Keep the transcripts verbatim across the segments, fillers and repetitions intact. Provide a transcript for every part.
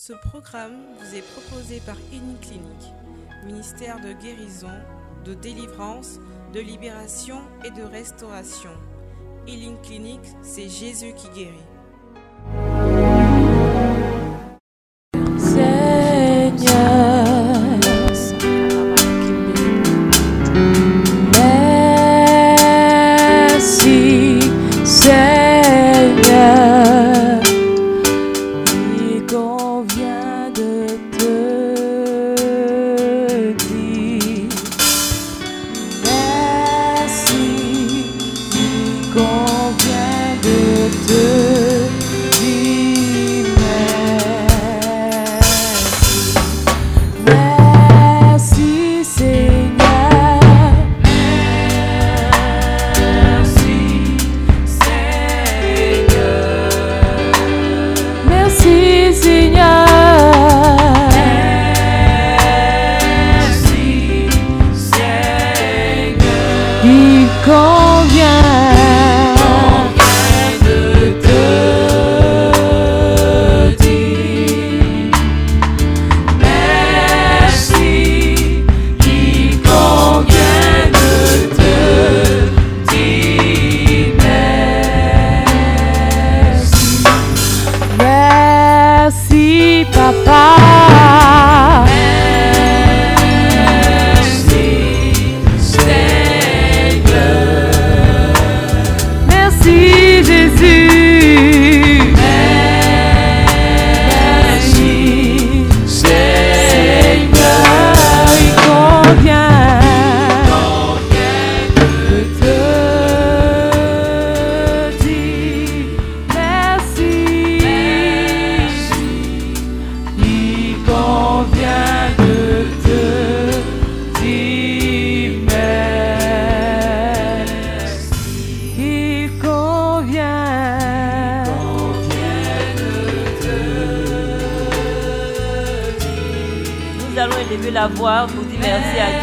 Ce programme vous est proposé par Uniclinique, ministère de guérison, de délivrance, de libération et de restauration. Healing Clinic, c'est Jésus qui guérit. La voix pour dire merci à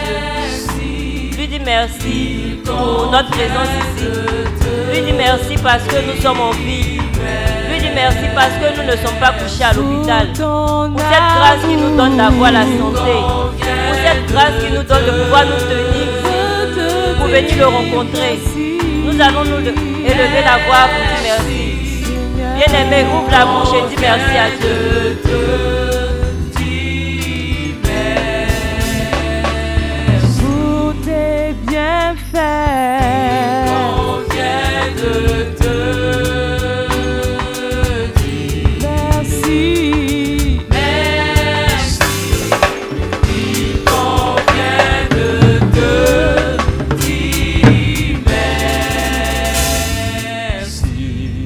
Dieu. Lui dit merci pour notre présence ici. Lui dit merci parce que nous sommes en vie. Lui dit merci parce que nous ne sommes pas couchés à l'hôpital. Pour cette grâce qui nous donne d'avoir la santé. Pour cette grâce qui nous donne de pouvoir nous tenir ici. Pour venir le rencontrer. Nous allons nous élever la voix pour dire merci. Bien-aimé, ouvre la bouche et dis merci à Dieu. Bien fait, on vient de te dire merci, merci. Il convient de te dire merci.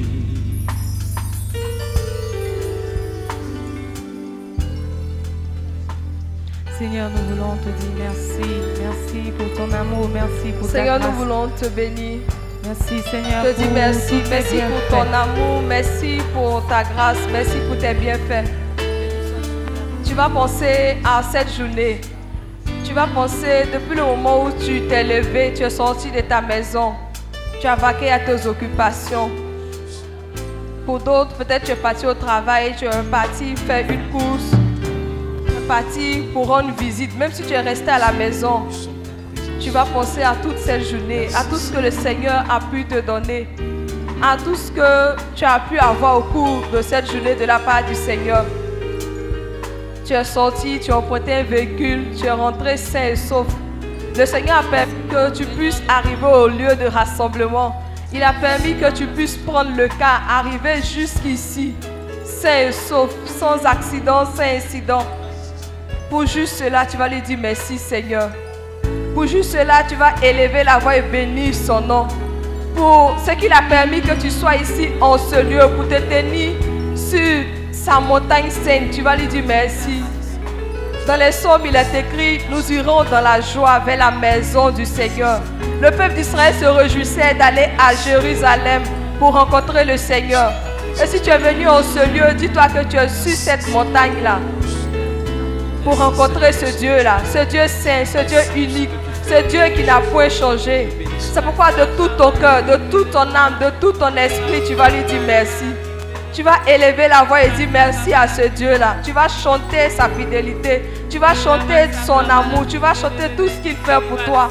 Seigneur, nous voulons te dire merci. Merci pour ton amour, merci pour Seigneur, ta grâce. nous voulons te bénir. Merci Seigneur. Te dire merci, merci pour ton amour, merci pour ta grâce, merci pour tes bienfaits. Tu vas penser à cette journée. Tu vas penser depuis le moment où tu t'es levé, tu es sorti de ta maison, tu as vaqué à tes occupations. Pour d'autres, peut-être tu es parti au travail, tu es parti faire une course, tu es parti pour rendre visite, même si tu es resté à la maison. Tu vas penser à toute cette journée, à tout ce que le Seigneur a pu te donner, à tout ce que tu as pu avoir au cours de cette journée de la part du Seigneur. Tu es sorti, tu as emprunté un véhicule, tu es rentré sain et sauf. Le Seigneur a permis que tu puisses arriver au lieu de rassemblement. Il a permis que tu puisses prendre le cas, arriver jusqu'ici, sain et sauf, sans accident, sans incident. Pour juste cela, tu vas lui dire merci Seigneur. Pour juste cela, tu vas élever la voix et bénir son nom. Pour ce qu'il a permis que tu sois ici en ce lieu, pour te tenir sur sa montagne sainte, tu vas lui dire merci. Dans les psaumes, il est écrit, nous irons dans la joie vers la maison du Seigneur. Le peuple d'Israël se réjouissait d'aller à Jérusalem pour rencontrer le Seigneur. Et si tu es venu en ce lieu, dis-toi que tu es sur cette montagne-là pour rencontrer ce Dieu-là, ce Dieu saint, ce Dieu unique, ce Dieu qui n'a point changé. C'est pourquoi de tout ton cœur, de toute ton âme, de tout ton esprit, tu vas lui dire merci. Tu vas élever la voix et dire merci à ce Dieu-là. Tu vas chanter sa fidélité. Tu vas chanter son amour. Tu vas chanter tout ce qu'il fait pour toi.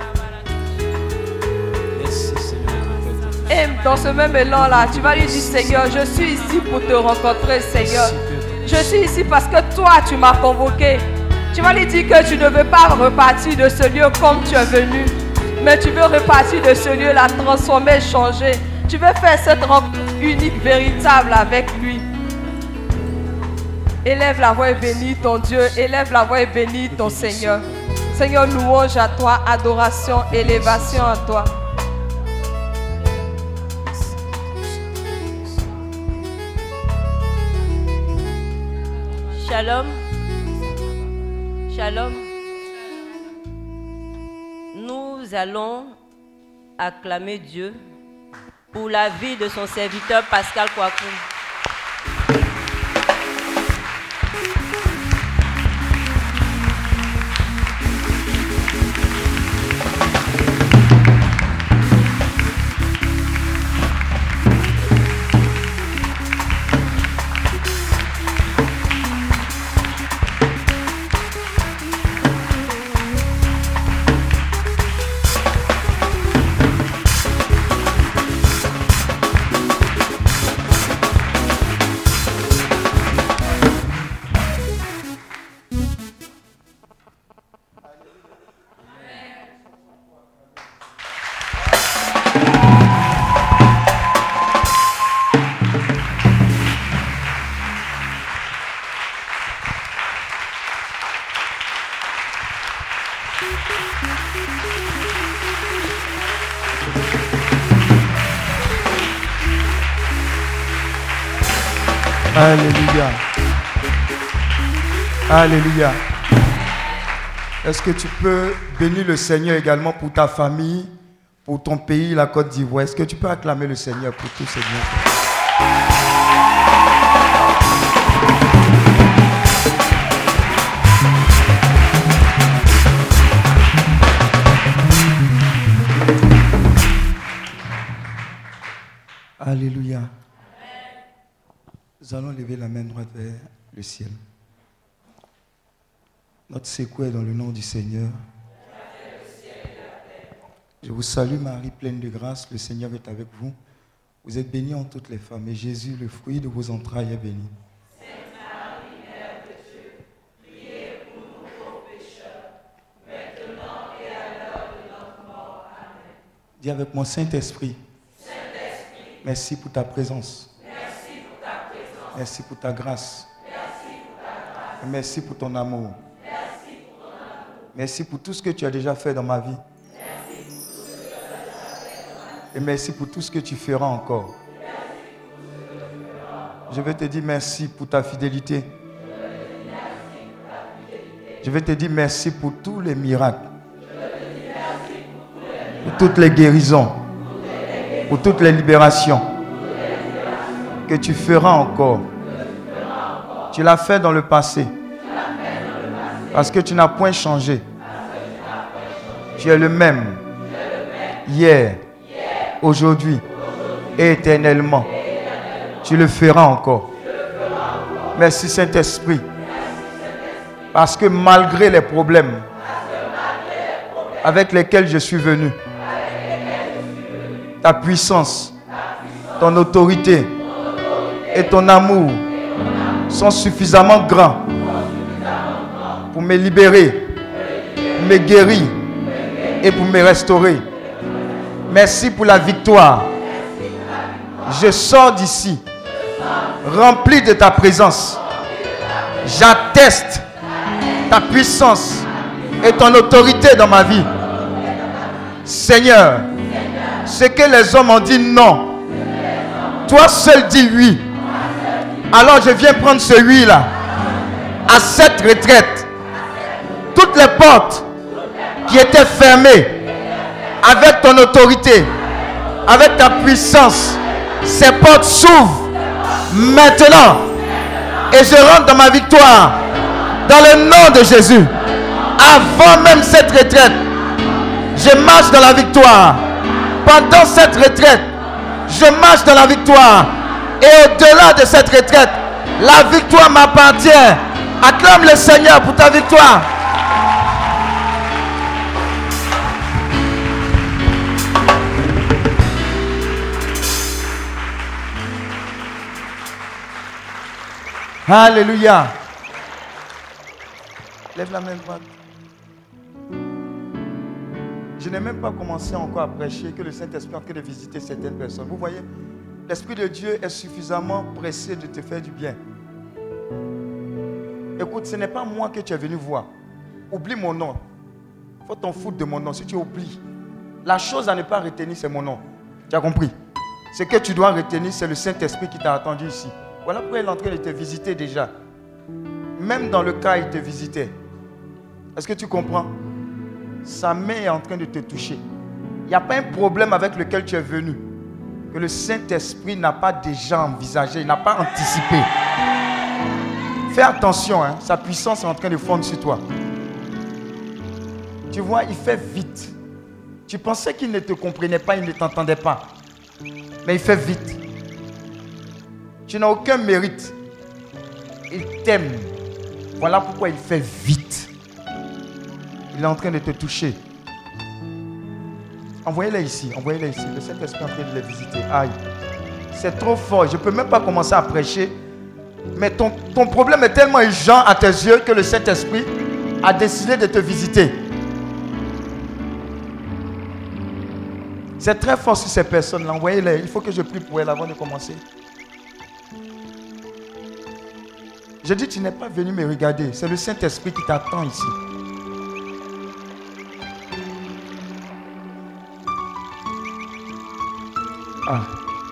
Et dans ce même élan-là, tu vas lui dire, Seigneur, je suis ici pour te rencontrer, Seigneur. Je suis ici parce que toi, tu m'as convoqué. Tu vas lui dire que tu ne veux pas repartir de ce lieu comme tu es venu. Mais tu veux repartir de ce lieu-là, transformer, changer. Tu veux faire cette rencontre unique, véritable avec lui. Élève la voix et bénis ton Dieu. Élève la voix et bénis ton Seigneur. Seigneur, louange à toi, adoration, élévation à toi. Shalom. Shalom. Nous allons acclamer Dieu pour la vie de son serviteur Pascal Kwaku. Alléluia. Alléluia. Est-ce que tu peux bénir le Seigneur également pour ta famille, pour ton pays, la Côte d'Ivoire? Est-ce que tu peux acclamer le Seigneur pour tous ces bienfaits? Alléluia. Nous allons lever la main droite vers le ciel. Notre secours est dans le nom du Seigneur. Je vous salue Marie, pleine de grâce. Le Seigneur est avec vous. Vous êtes bénie en toutes les femmes. Et Jésus, le fruit de vos entrailles, est béni. Sainte Marie, Mère de Dieu, priez pour nous pauvres pécheurs, maintenant et à l'heure de notre mort. Amen. Dis avec moi, Saint-Esprit. Saint-Esprit, Merci pour ta présence. merci pour ta présence. Merci pour ta grâce. Merci pour ta grâce. Et merci pour ton amour. Merci pour ton amour. Merci pour tout ce que tu as déjà fait dans ma vie. Merci pour tout ce que tu as déjà fait dans ma vie. Et merci pour tout ce que tu feras encore. Je veux te dire merci pour ta fidélité. Je veux te dire merci pour tous les miracles. Pour toutes les guérisons. Pour toutes les libérations. Que tu feras encore. Tu l'as fait dans le passé. Parce que tu n'as point changé. Tu es le même. Hier, aujourd'hui et éternellement. Tu le feras encore. Merci Saint-Esprit. Parce que malgré les problèmes avec lesquels je suis venu, ta puissance, ton autorité et ton amour sont suffisamment grands pour me libérer, me guérir et pour me restaurer. Merci pour la victoire. Je sors d'ici rempli de ta présence. J'atteste ta puissance et ton autorité dans ma vie. Seigneur, ce que les hommes ont dit non, toi seul dis oui. Alors je viens prendre ce oui là à cette retraite. Toutes les portes qui étaient fermées avec ton autorité, avec ta puissance, ces portes s'ouvrent maintenant. Et je rentre dans ma victoire. Dans le nom de Jésus. Avant même cette retraite, je marche dans la victoire. Pendant cette retraite, je marche dans la victoire. Et au-delà de cette retraite, la victoire m'appartient. Acclame le Seigneur pour ta victoire. Alléluia. Lève la main droite. Je n'ai même pas commencé encore à prêcher que le Saint-Esprit est en train de visiter certaines personnes. Vous voyez, l'Esprit de Dieu est suffisamment pressé de te faire du bien. Écoute, ce n'est pas moi que tu es venu voir. Oublie mon nom. Il faut t'en foutre de mon nom. Si tu oublies, la chose à ne pas retenir, c'est mon nom. Tu as compris? Ce que tu dois retenir, c'est le Saint-Esprit qui t'a attendu ici. Voilà pourquoi il est en train de te visiter déjà. Même dans le cas, il te visitait. Est-ce que tu comprends? Sa main est en train de te toucher. Il n'y a pas un problème avec lequel tu es venu que le Saint-Esprit n'a pas déjà envisagé, il n'a pas anticipé. Fais attention, hein, sa puissance est en train de fondre sur toi. Tu vois, il fait vite. Tu pensais qu'il ne te comprenait pas, il ne t'entendait pas. Mais il fait vite. Tu n'as aucun mérite. Il t'aime. Voilà pourquoi il fait vite. Il est en train de te toucher. Envoyez-les ici. Envoyez-les ici. Le Saint-Esprit est en train de les visiter. Aïe. C'est trop fort. Je ne peux même pas commencer à prêcher. Mais ton, ton problème est tellement urgent à tes yeux que le Saint-Esprit a décidé de te visiter. C'est très fort sur ces personnes-là. Envoyez-les. Il faut que je prie pour elles avant de commencer. Je dis, tu n'es pas venu me regarder. C'est le Saint-Esprit qui t'attend ici. Ah.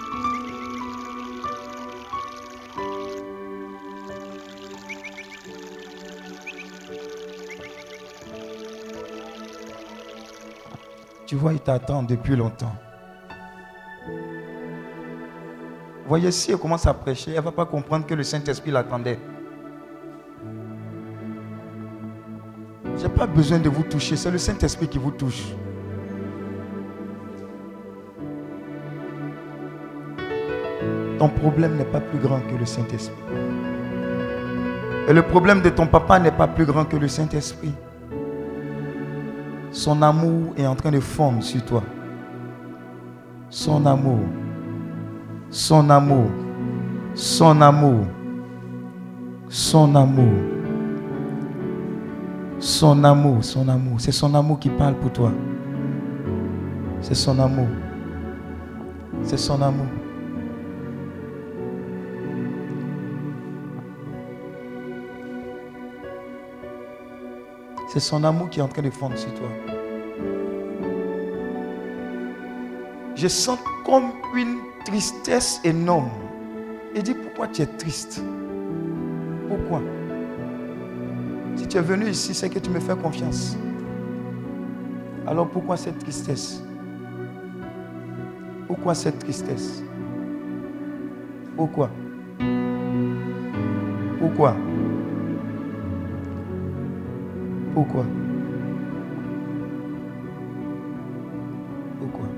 Tu vois, il t'attend depuis longtemps. Voyez, si elle commence à prêcher, elle ne va pas comprendre que le Saint-Esprit l'attendait. Je n'ai pas besoin de vous toucher, c'est le Saint-Esprit qui vous touche. Ton problème n'est pas plus grand que le Saint-Esprit. Et le problème de ton papa n'est pas plus grand que le Saint-Esprit. Son amour est en train de fondre sur toi. Son amour. Son amour. Son amour. Son amour. Son amour. Son amour. C'est son amour qui parle pour toi. C'est son amour. C'est son amour. C'est son amour qui est en train de fondre sur toi. Je sens comme une tristesse énorme. Et dis, pourquoi tu es triste? Pourquoi? Si tu es venu ici, c'est que tu me fais confiance. Alors pourquoi cette tristesse? Pourquoi cette tristesse? Pourquoi? Pourquoi? Pourquoi? Pourquoi?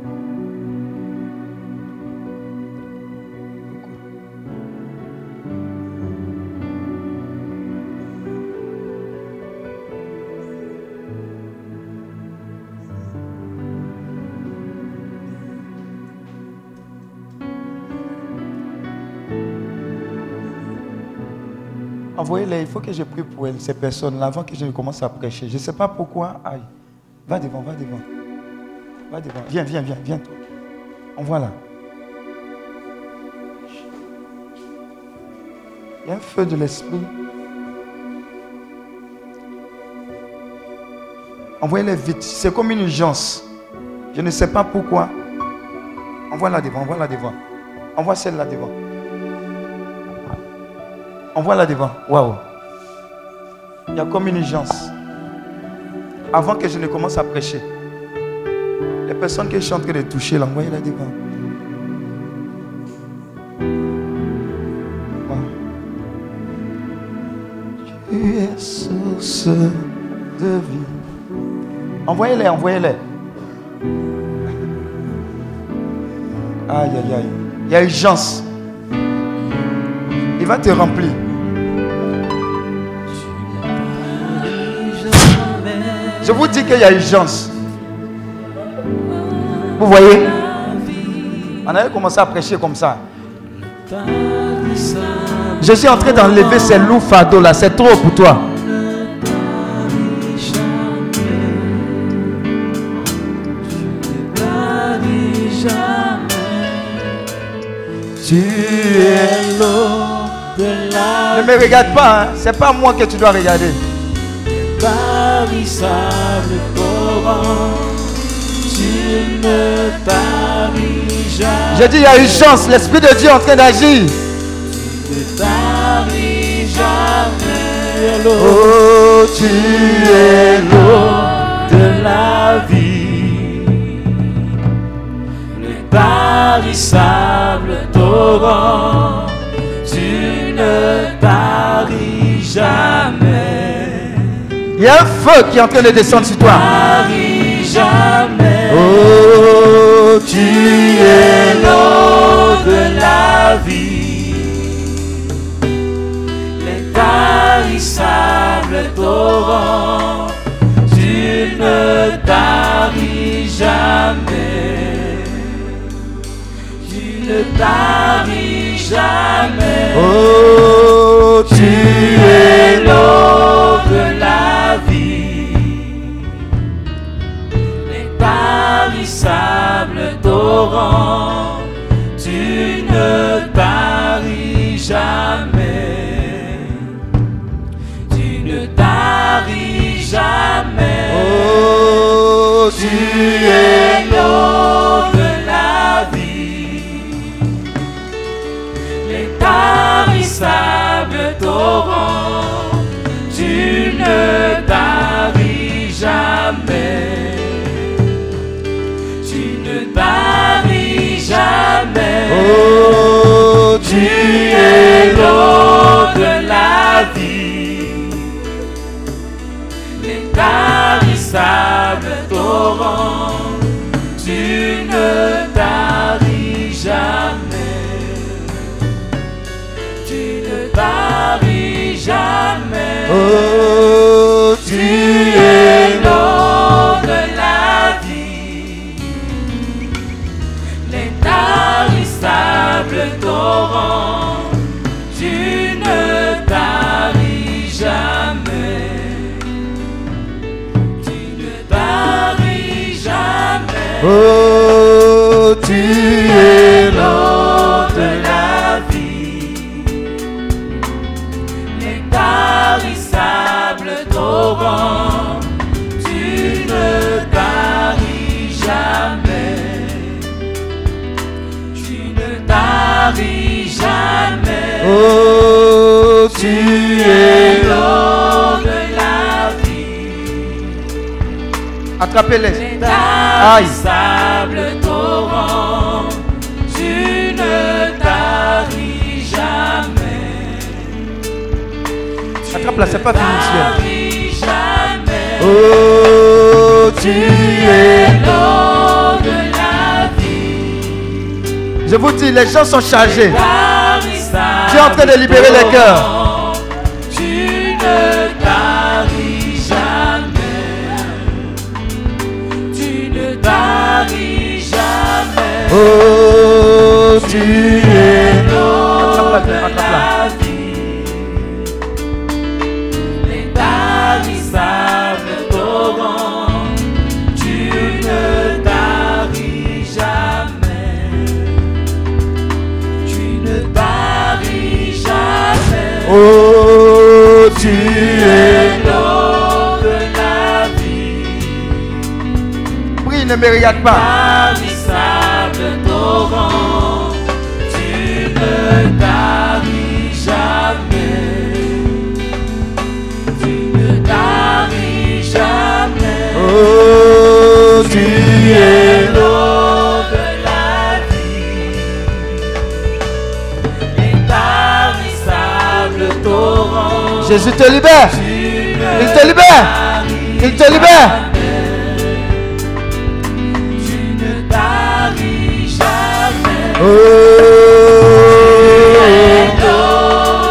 Envoyez-les, il faut que je prie pour elles, ces personnes-là, avant que je commence à prêcher. Je ne sais pas pourquoi. Aïe. Va devant, va devant. Va devant. Viens, viens, viens, viens. Toi. Envoie-la. Il y a un feu de l'esprit. Envoyez-les vite. C'est comme une urgence. Je ne sais pas pourquoi. Envoie-la devant, envoie-la devant. Envoie celle-là devant. Envoie-la devant. Waouh. Il y a comme une urgence. Avant que je ne commence à prêcher, les personnes que je suis en train de toucher, envoyez-la devant. Wow. Tu es source de vie. Envoyez-les, envoyez-les. Aïe, aïe, aïe. Il y a urgence. va te remplir. Je vous dis qu'il y a urgence. Vous voyez? On avait commencé à prêcher comme ça. Je suis en train d'enlever ces lourds fardeaux là. C'est trop pour toi. Tu es l'eau de la... Ne me regarde pas, hein. C'est pas moi que tu dois regarder. Tarissable torrent, tu ne taris jamais. J'ai dit il y a urgence, l'Esprit de Dieu est en train d'agir. Tu ne taris jamais. Oh, tu es l'eau de la vie, le tarissable torrent, tu ne taris jamais. Il y a un feu qui est en train de descendre sur toi. Jamais. Oh, tu es l'eau de la vie, les tarissables torrents, tu ne taris jamais. Tu ne taris jamais. Oh, tu es l'eau de la vie, les tarissables torrents, tu ne taris jamais. Tu ne taris jamais. Oh, tu es l'eau de la vie, les tarissables torrents, tu ne taris jamais. Tu ne taris jamais. Oh, tu es l'eau de la vie, les tarissables torrents, tu ne taris jamais. Tu ne taris jamais. Oh, tu es l'eau de la vie, les tarissables torrents, tu ne taris jamais. Tu ne taris jamais. Oh, tu es l'eau de la vie, les tarissables torrents, tu ne taris jamais. Tu ne taris jamais. Oh, tu es l'eau de la vie, attrapez-les. les tarissables torrents, tu ne taris jamais. Attrape-la, c'est pas fini, ciel. Jamais. Oh, tu es l'eau de la vie. Je vous dis, les gens sont chargés. Tu es en train de libérer les cœurs. Tu ne taris jamais. Tu ne taris jamais. Oh, tu es l'eau de la vie, les tarissables torrents, tu ne taris jamais. Tu ne taris jamais. Oh, tu es l'eau de la vie. Prie, ne me regarde pas. Tarissable torrent, tu ne taris jamais. Tu ne taris jamais. Oh, tu es l'eau de la vie, les tarissables torrents. Jésus te libère. Il te libère. Il te libère. Tu ne taris jamais. Oh, l'eau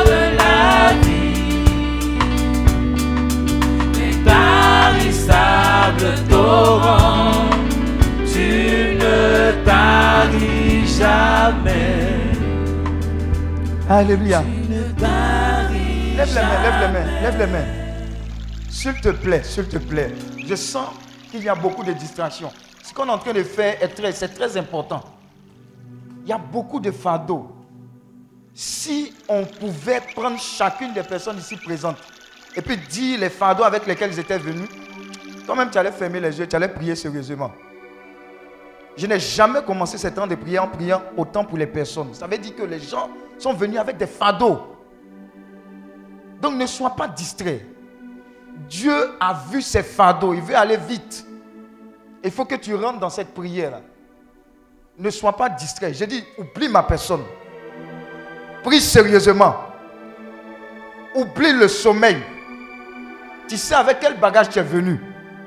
Alléluia. Lève les mains, lève les mains, lève les mains. S'il te plaît, s'il te plaît. Je sens qu'il y a beaucoup de distractions. Ce qu'on est en train de faire est très, c'est très important. Il y a beaucoup de fardeaux. Si on pouvait prendre chacune des personnes ici présentes et puis dire les fardeaux avec lesquels ils étaient venus, toi-même tu allais fermer les yeux, tu allais prier sérieusement. Je n'ai jamais commencé ce temps de prière en priant autant pour les personnes. Ça veut dire que les gens sont venus avec des fardeaux. Donc ne sois pas distrait. Dieu a vu ces fardeaux, il veut aller vite. Il faut que tu rentres dans cette prière. Ne sois pas distrait. J'ai dit, oublie ma personne. Prie sérieusement. Oublie le sommeil. Tu sais avec quel bagage tu es venu.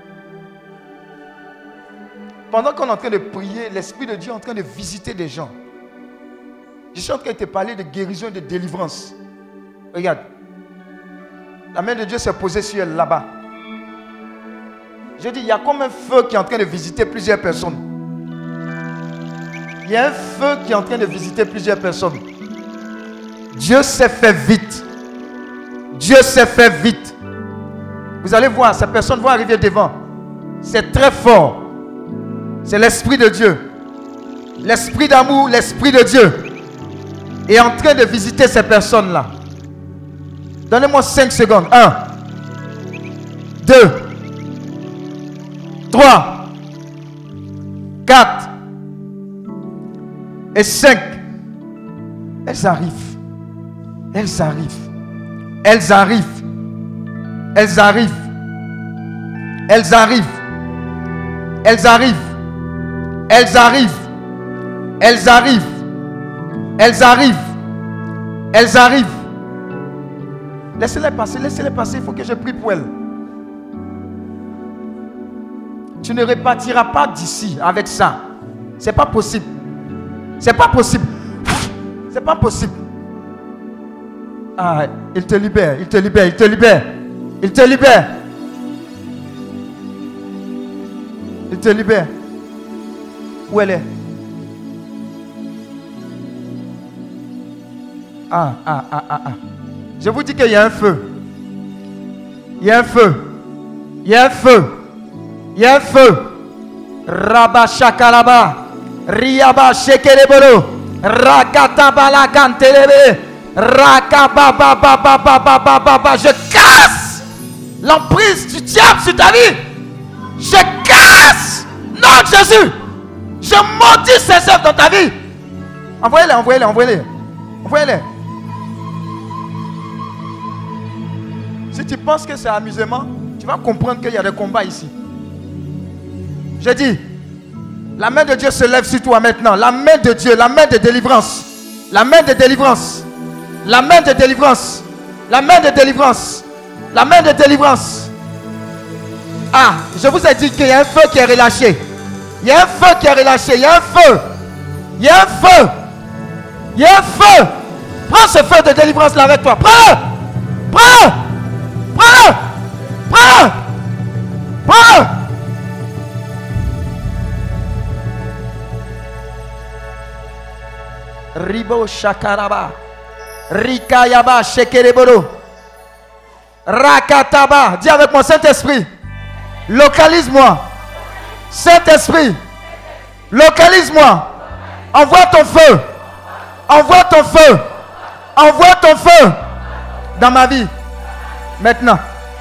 Pendant qu'on est en train de prier, l'Esprit de Dieu est en train de visiter des gens. Je suis en train de te parler de guérison et de délivrance. Regarde. La main de Dieu s'est posée sur elle là-bas. Je dis, il y a comme un feu qui est en train de visiter plusieurs personnes. Il y a un feu qui est en train de visiter plusieurs personnes. Dieu s'est fait vite. Dieu s'est fait vite. Vous allez voir, ces personnes vont arriver devant. C'est très fort. C'est l'Esprit de Dieu. L'Esprit d'amour, l'Esprit de Dieu est en train de visiter ces personnes-là. Donnez-moi cinq secondes. un, deux, trois, quatre et cinq. Elles arrivent. Elles arrivent. Elles arrivent. Elles arrivent. Elles arrivent. Elles arrivent. Elles arrivent. Elles arrivent. Elles arrivent. Elles arrivent. Laissez-les passer, laissez-les passer. Il faut que je prie pour elles. Tu ne repartiras pas d'ici avec ça. C'est pas possible. C'est pas possible. C'est pas possible. Ah, il te libère, il te libère, il te libère. Il te libère. Il te libère. Où elle est? Ah, ah, ah, ah, ah. Je vous dis qu'il y a un feu. Il y a un feu. Il y a un feu. Il y a un feu. Rabba shakaraba. Riaba shekerebolo. Rakatabala kantelebe. Rakababababababababa. Je casse l'emprise du diable sur ta vie. Je casse. Non, Jésus. Je maudis ces œuvres dans ta vie. Envoyez-les, envoyez-les, envoyez-les. Envoyez-les. Si tu penses que c'est amusement, tu vas comprendre qu'il y a des combats ici. Je dis, la main de Dieu se lève sur toi maintenant. La main de Dieu, la main de délivrance. La main de délivrance. La main de délivrance. La main de délivrance. La main de délivrance. Ah, je vous ai dit qu'il y a un feu qui est relâché. Il y a un feu qui est relâché. Il y a un feu. Il y a un feu. Il y a un feu. Prends ce feu de délivrance là avec toi. Prends-le. Prends-le. Prends-le. Prends-le. Prends-le. Ribo shakaraba. Rikayaba shekereboro. Rakataba. Dis avec moi, Saint-Esprit. Localise-moi. Saint-Esprit. Localise-moi. Envoie ton feu. Envoie ton feu. Envoie ton feu dans ma vie. Maintenant.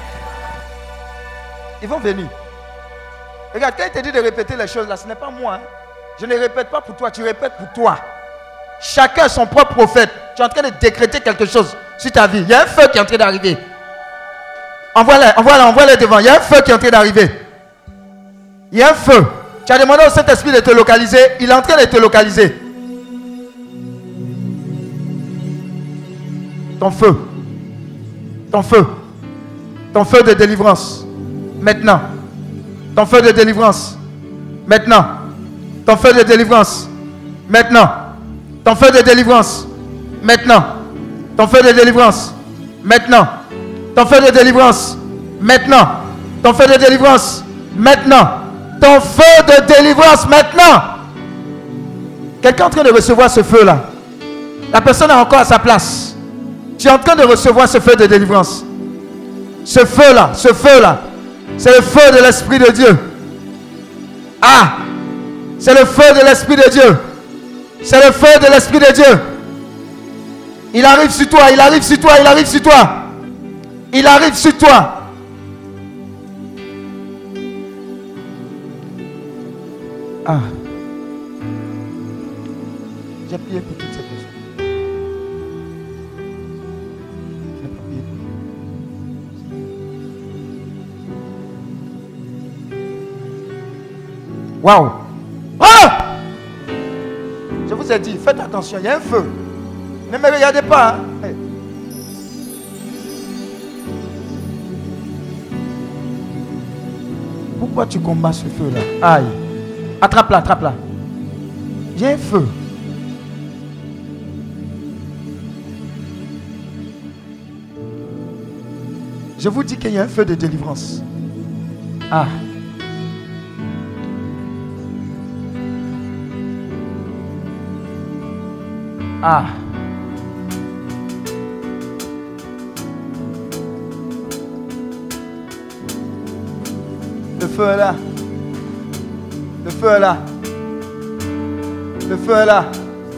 Ils vont venir. Regarde, quand il te dit de répéter les choses là, ce n'est pas moi. Hein. Je ne répète pas pour toi, tu répètes pour toi. Chacun son propre prophète. Tu es en train de décréter quelque chose sur ta vie. Il y a un feu qui est en train d'arriver. Envoie-les, envoie-les, envoie-les devant. Il y a un feu qui est en train d'arriver. Il y a un feu. Tu as demandé au Saint-Esprit de te localiser. Il est en train de te localiser. Ton feu. Ton feu. Ton feu de délivrance. Maintenant. Ton feu de délivrance. Maintenant. Ton feu de délivrance. Maintenant. Ton feu de délivrance. Maintenant. Ton feu de délivrance. Maintenant. Ton feu de délivrance. Maintenant. Ton feu de délivrance. Maintenant. Ton feu de délivrance maintenant. Quelqu'un est en train de recevoir ce feu-là. La personne est encore à sa place. Tu es en train de recevoir ce feu de délivrance. Ce feu-là, ce feu-là, c'est le feu de l'Esprit de Dieu. Ah, c'est le feu de l'Esprit de Dieu. C'est le feu de l'Esprit de Dieu. Il arrive sur toi, il arrive sur toi, il arrive sur toi. Il arrive sur toi. Ah. J'ai prié pour toutes ces personnes. J'ai pas prié pour eux. Waouh! Ah! Je vous ai dit, faites attention, il y a un feu. Ne me regardez pas. Hein? Hey. Pourquoi tu combats ce feu-là? Aïe. Attrape-la, attrape-la. Il y a un feu. Je vous dis qu'il y a un feu de délivrance. Ah. Ah. Le feu est là. Le feu est là. Le feu est là.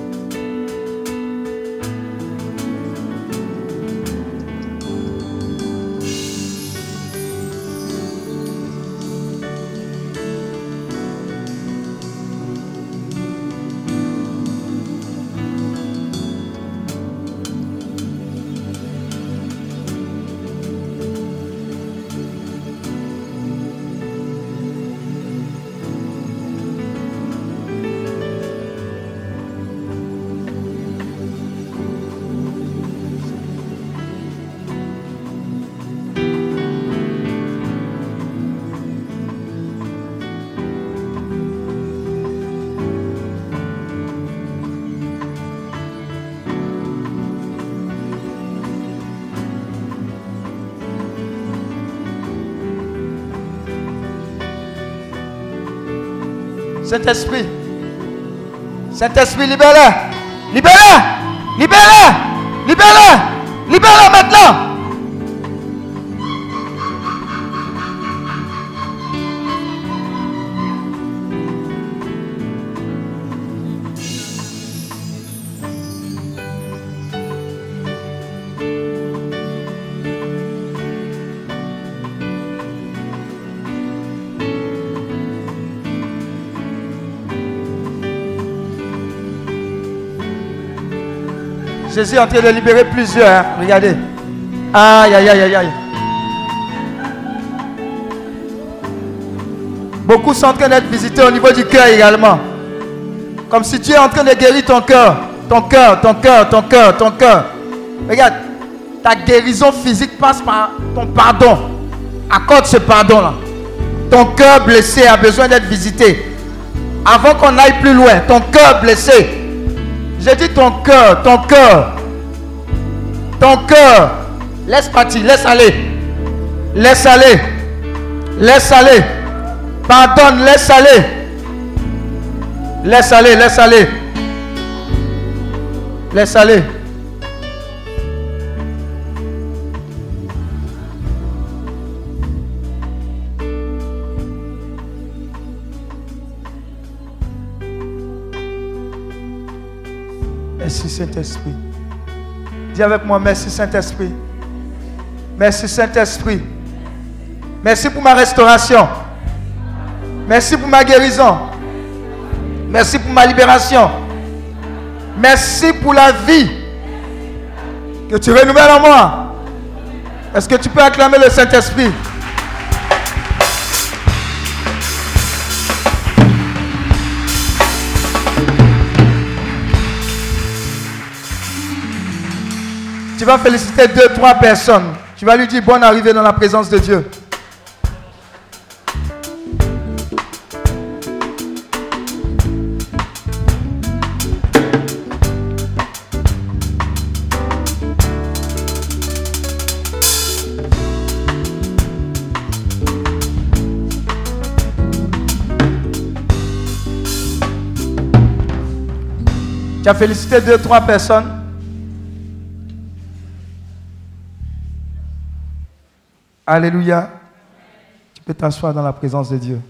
Saint-Esprit, Saint-Esprit, libère-le, libère-le, libère-le, libère-le, libère-le maintenant. Jésus est en train de libérer plusieurs. Hein. Regardez. Aïe, aïe, aïe, aïe. Beaucoup sont en train d'être visités au niveau du cœur également. Comme si tu es en train de guérir ton cœur. Ton cœur, ton cœur, ton cœur, ton cœur. Regarde. Ta guérison physique passe par ton pardon. Accorde ce pardon-là. Ton cœur blessé a besoin d'être visité. Avant qu'on aille plus loin, ton cœur blessé. J'ai dit ton cœur, ton cœur, ton cœur. Laisse partir, laisse aller. Laisse aller. Laisse aller. Pardonne, laisse aller. Laisse aller, laisse aller. Laisse aller. Merci Saint-Esprit. Dis avec moi, merci Saint-Esprit. Merci Saint-Esprit. Merci pour ma restauration. Merci pour ma guérison. Merci pour ma libération. Merci pour la vie que tu renouvelles en moi. Est-ce que tu peux acclamer le Saint-Esprit? Tu vas féliciter deux, trois personnes. Tu vas lui dire bonne arrivée dans la présence de Dieu. Tu as félicité deux, trois personnes. Alléluia. Tu peux t'asseoir dans la présence de Dieu.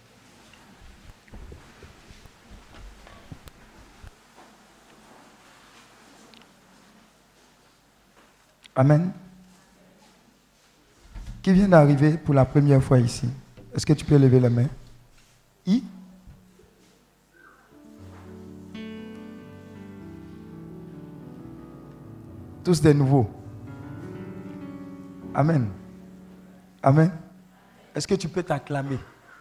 Amen. Qui vient d'arriver pour la première fois ici? Est-ce que tu peux lever la main? I? Tous des nouveaux. Amen. Amen. Est-ce que tu peux t'acclamer?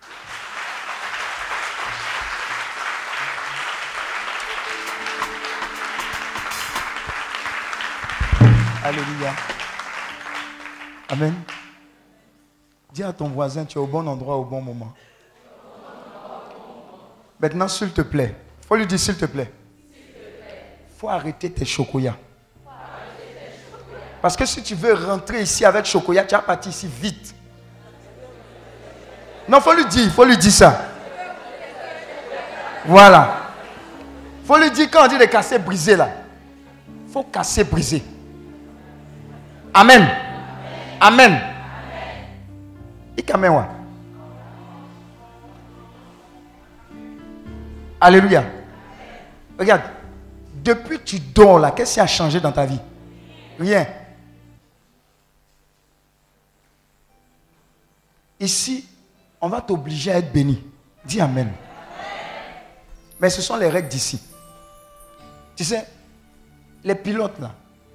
Alléluia. Amen. Dis à ton voisin, tu es au bon endroit au bon moment. Maintenant, s'il te plaît, il faut lui dire s'il te plaît. Il faut arrêter tes chocoyas. Parce que si tu veux rentrer ici avec chocolat, tu vas partir ici vite. Non, il faut lui dire, il faut lui dire ça. Voilà. Il faut lui dire quand on dit de casser, briser là. Il faut casser, briser. Amen. Amen. Amen. Ikamewa. Alléluia. Regarde. Depuis que tu dors là, qu'est-ce qui a changé dans ta vie? Rien. Ici, on va t'obliger à être béni. Dis Amen. Amen. Mais ce sont les règles d'ici. Tu sais, les pilotes là,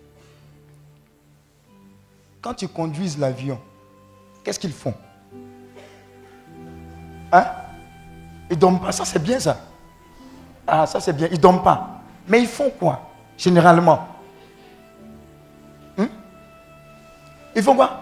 quand tu conduises l'avion, qu'est-ce qu'ils font? Hein? Ils ne dorment pas. Ça, c'est bien ça. Ah, ça, c'est bien. Ils ne dorment pas. Mais ils font quoi, généralement? Hmm? Ils font quoi?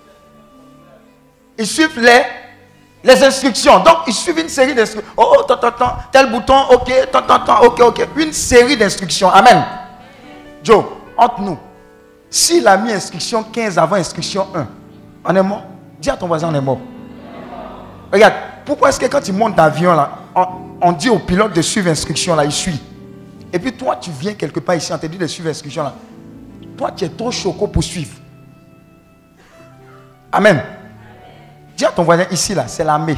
Ils suivent les, les instructions. Donc, ils suivent une série d'instructions. Oh, oh, tant, tant, tant, tel bouton, ok, tant, tant, tant, ok, ok. Une série d'instructions. Amen. Joe, entre nous, s'il a mis instruction quinze avant instruction un, on est mort? Dis à ton voisin, on est mort. Regarde, pourquoi est-ce que quand tu montes d'avion, là, on, on dit au pilote de suivre instruction, là, il suit. Et puis toi, tu viens quelque part ici, on te dit de suivre instruction, là. Toi, tu es trop choco pour suivre. Amen. Dis à ton voisin, ici, là, c'est l'armée.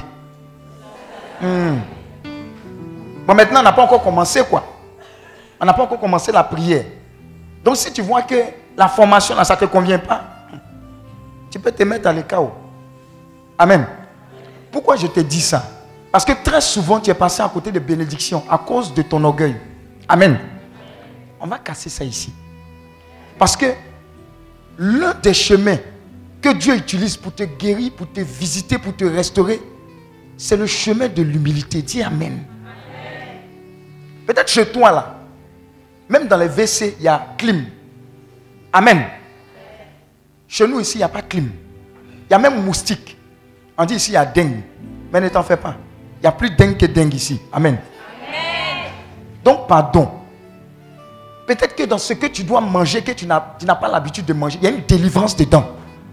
Hmm. Bon, maintenant, on n'a pas encore commencé, quoi. On n'a pas encore commencé la prière. Donc, si tu vois que la formation, là, ça ne te convient pas, tu peux te mettre à l'écart. Amen. Pourquoi je te dis ça? Parce que très souvent, tu es passé à côté de bénédictions à cause de ton orgueil. Amen. On va casser ça ici. Parce que l'un des chemins que Dieu utilise pour te guérir, pour te visiter, pour te restaurer, c'est le chemin de l'humilité. Dis Amen. Amen. Peut-être chez toi là, même dans les W C, il y a clim. Amen. Amen. Chez nous ici, il n'y a pas clim. Il y a même moustique. On dit ici, il y a dengue. Mais ne t'en fais pas. Il n'y a plus dengue que dengue ici. Amen. Amen. Donc, pardon. Peut-être que dans ce que tu dois manger, que tu n'as, tu n'as pas l'habitude de manger, il y a une délivrance dedans.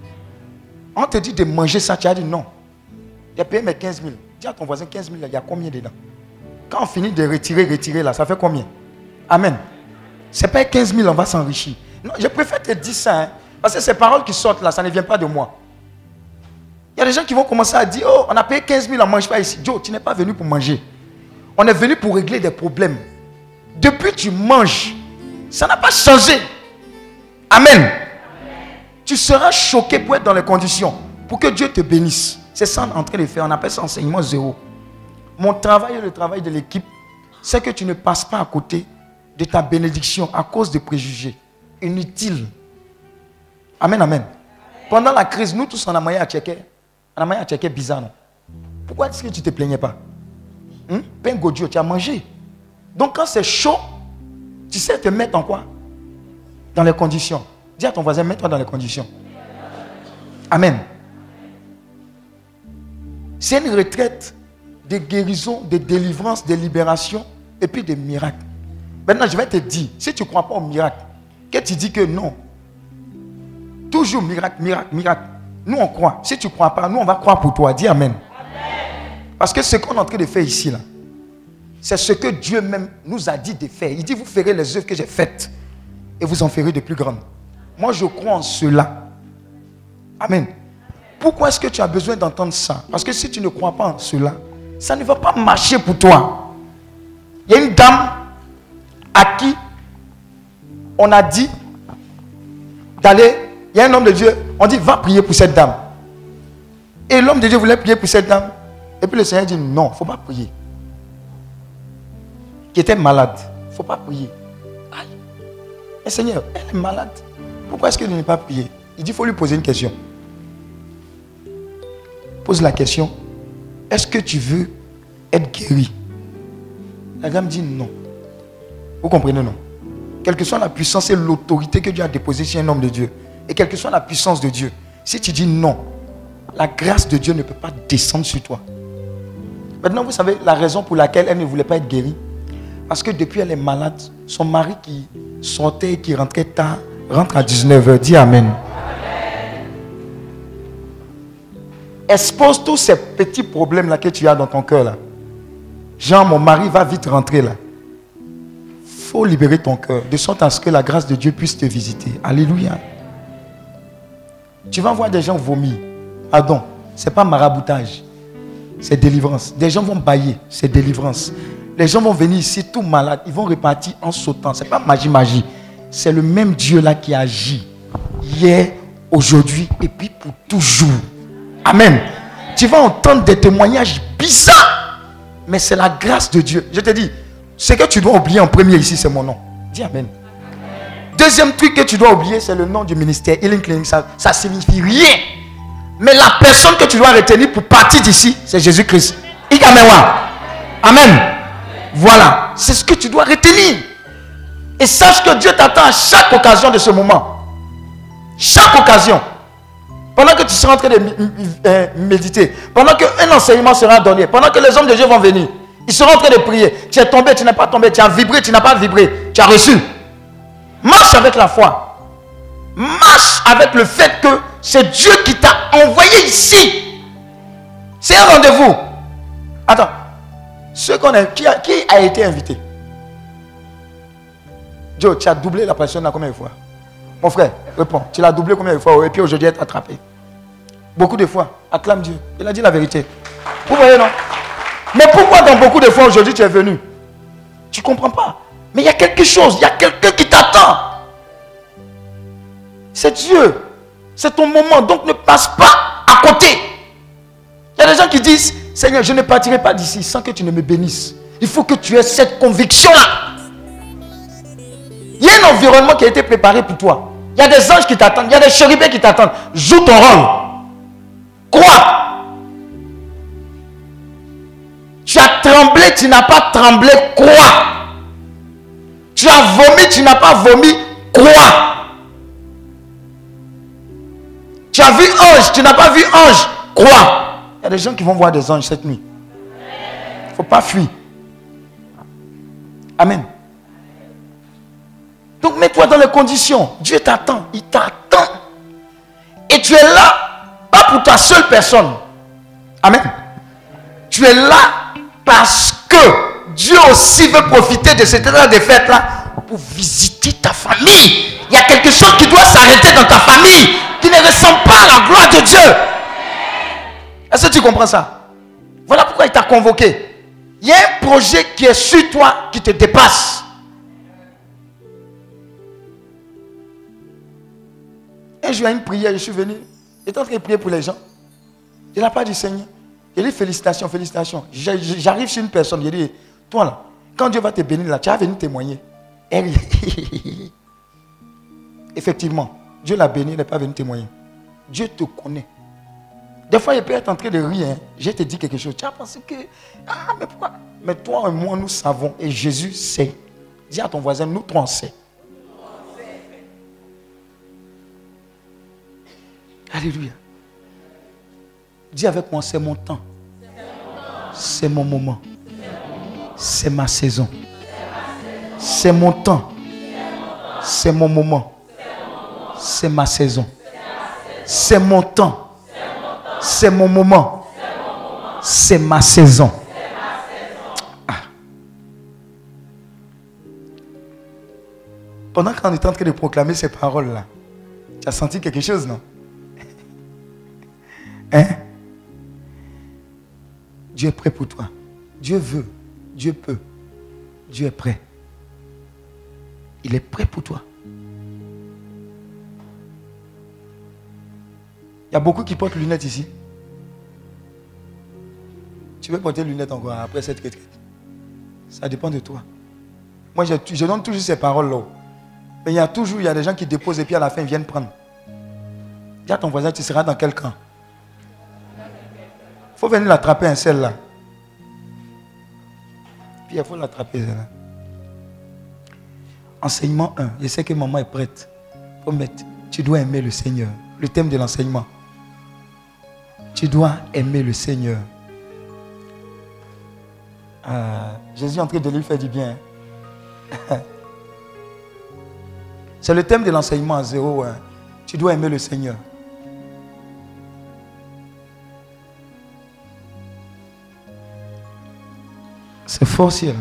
On te dit de manger ça, tu as dit non. J'ai payé mes quinze mille. Dis à ton voisin, quinze mille, il y a combien dedans? Quand on finit de retirer, retirer là, ça fait combien? Amen. C'est pas quinze mille, on va s'enrichir. Non, je préfère te dire ça, hein, parce que ces paroles qui sortent là, ça ne vient pas de moi. Il y a des gens qui vont commencer à dire, oh, on a payé quinze mille, on ne mange pas ici. Joe, tu n'es pas venu pour manger. On est venu pour régler des problèmes. Depuis que tu manges, ça n'a pas changé. Amen. Amen. Tu seras choqué pour être dans les conditions, pour que Dieu te bénisse. C'est ça qu'on est en train de faire. On appelle ça enseignement zéro. Mon travail et le travail de l'équipe, c'est que tu ne passes pas à côté de ta bénédiction à cause de préjugés inutiles. Amen, amen. Amen. Pendant la crise, nous tous, on a moyen à checker. On a moyen à checker bizarre, non? Pourquoi est-ce que tu ne te plaignais pas? Hum? Pain Godio, tu as mangé. Donc quand c'est chaud, tu sais te mettre en quoi? Dans les conditions. Dis à ton voisin, mets-toi dans les conditions. Amen. C'est une retraite de guérison, de délivrance, de libération et puis de miracles. Maintenant, je vais te dire, si tu ne crois pas au miracle, que tu dis que non, toujours miracle, miracle, miracle. Nous, on croit. Si tu ne crois pas, nous, on va croire pour toi. Dis Amen. Amen. Parce que ce qu'on est en train de faire ici, là, c'est ce que Dieu même nous a dit de faire. Il dit, vous ferez les œuvres que j'ai faites et vous en ferez de plus grandes. Moi, je crois en cela. Amen. Pourquoi est-ce que tu as besoin d'entendre ça? Parce que si tu ne crois pas en cela, ça ne va pas marcher pour toi. Il y a une dame à qui on a dit d'aller, il y a un homme de Dieu, on dit va prier pour cette dame. Et l'homme de Dieu voulait prier pour cette dame. Et puis le Seigneur dit non, il ne faut pas prier. Qui était malade, il ne faut pas prier. Aïe. Mais Seigneur, elle est malade. Pourquoi est-ce qu'il ne peut pas prier? Il dit il faut lui poser une question. Pose la question, est-ce que tu veux être guéri? La dame dit non. Vous comprenez, non? Quelle que soit la puissance et l'autorité que Dieu a déposée sur un homme de Dieu, et quelle que soit la puissance de Dieu, si tu dis non, la grâce de Dieu ne peut pas descendre sur toi. Maintenant, vous savez la raison pour laquelle elle ne voulait pas être guérie. Parce que depuis elle est malade, son mari qui sortait et qui rentrait tard, rentre à dix-neuf heures. Dis Amen. Expose tous ces petits problèmes-là que tu as dans ton cœur. Là. Jean, mon mari va vite rentrer là. Il faut libérer ton cœur, de sorte à ce que la grâce de Dieu puisse te visiter. Alléluia. Tu vas voir des gens vomir. Pardon, ce n'est pas maraboutage. C'est délivrance. Des gens vont bailler, c'est délivrance. Les gens vont venir ici tout malades, ils vont repartir en sautant. Ce n'est pas magie, magie. C'est le même Dieu là qui agit. Hier, aujourd'hui et puis pour toujours. Amen. Tu vas entendre des témoignages bizarres. Mais c'est la grâce de Dieu. Je te dis, ce que tu dois oublier en premier ici, c'est mon nom. Dis Amen. Deuxième truc que tu dois oublier, c'est le nom du ministère. Healing Clinic, ça ne signifie rien. Mais la personne que tu dois retenir pour partir d'ici, c'est Jésus-Christ. Amen. Voilà. C'est ce que tu dois retenir. Et sache que Dieu t'attend à chaque occasion de ce moment. Chaque occasion. Pendant que tu seras en train de méditer, pendant qu'un enseignement sera donné, pendant que les hommes de Dieu vont venir, ils seront en train de prier. Tu es tombé, tu n'es pas tombé, tu as vibré, tu n'as pas vibré, tu as reçu. Marche avec la foi. Marche avec le fait que c'est Dieu qui t'a envoyé ici. C'est un rendez-vous. Attends. Ceux qu'on a, qui, a, qui a été invité? Joe, tu as doublé la personne là combien de fois? Mon frère, réponds. Tu l'as doublé combien de fois? Et puis aujourd'hui, elle t'a attrapé. Beaucoup de fois. Acclame Dieu. Il a dit la vérité. Vous voyez, non? Mais pourquoi dans beaucoup de fois aujourd'hui tu es venu? Tu ne comprends pas. Mais il y a quelque chose. Il y a quelqu'un qui t'attend. C'est Dieu. C'est ton moment. Donc ne passe pas à côté. Il y a des gens qui disent, Seigneur, je ne partirai pas d'ici sans que tu ne me bénisses. Il faut que tu aies cette conviction-là. Il y a un environnement qui a été préparé pour toi. Il y a des anges qui t'attendent. Il y a des chérubins qui t'attendent. Joue ton rôle. Crois. Tu as tremblé, tu n'as pas tremblé. Crois. Tu as vomi, tu n'as pas vomi. Crois. Tu as vu ange, tu n'as pas vu ange. Crois. Il y a des gens qui vont voir des anges cette nuit. Il ne faut pas fuir. Amen. Donc mets-toi dans les conditions. Dieu t'attend. Il t'attend. Et tu es là, pas pour ta seule personne. Amen. Tu es là parce que Dieu aussi veut profiter de cette état de fête-là pour visiter ta famille. Il y a quelque chose qui doit s'arrêter dans ta famille qui ne ressemble pas à la gloire de Dieu. Est-ce que tu comprends ça? Voilà pourquoi il t'a convoqué. Il y a un projet qui est sur toi qui te dépasse. Un jour, à une prière, je suis venu. J'étais en train de prier pour les gens. Je n'ai pas dit Seigneur. Il dit félicitations, félicitations. J'arrive chez une personne. Il dit, toi là, quand Dieu va te bénir là, tu vas venir témoigner. Elle, effectivement, Dieu l'a béni, il n'est pas venu témoigner. Dieu te connaît. Des fois, il peut être en train de rire. Hein. Je te dis quelque chose. Tu as pensé que... Ah, mais pourquoi? Mais toi et moi, nous savons. Et Jésus sait. Dis à ton voisin, nous trois, on sait. Alléluia. Dis avec moi, c'est mon temps. C'est mon moment. C'est ma saison. C'est mon temps. C'est mon moment. C'est ma saison. C'est mon temps. C'est mon moment. C'est ma saison. Ah. Pendant qu'on est en train de proclamer ces paroles-là, tu as senti quelque chose, non? Hein? Dieu est prêt pour toi. Dieu veut. Dieu peut. Dieu est prêt. Il est prêt pour toi. Il y a beaucoup qui portent lunettes ici. Tu veux porter lunettes encore après cette retraite? Ça dépend de toi. Moi, je, je donne toujours ces paroles-là. Mais il y a toujours il y a des gens qui déposent et puis à la fin, ils viennent prendre. Dis à ton voisin, tu seras dans quel camp? Il faut venir l'attraper, un celle-là. Puis il faut l'attraper, celle-là. Enseignement un. Je sais que maman est prête. Il faut mettre. Tu dois aimer le Seigneur. Le thème de l'enseignement. Tu dois aimer le Seigneur. Ah, Jésus est en train de lui faire du bien. C'est le thème de l'enseignement à zéro. Hein. Tu dois aimer le Seigneur. C'est fort, ciel.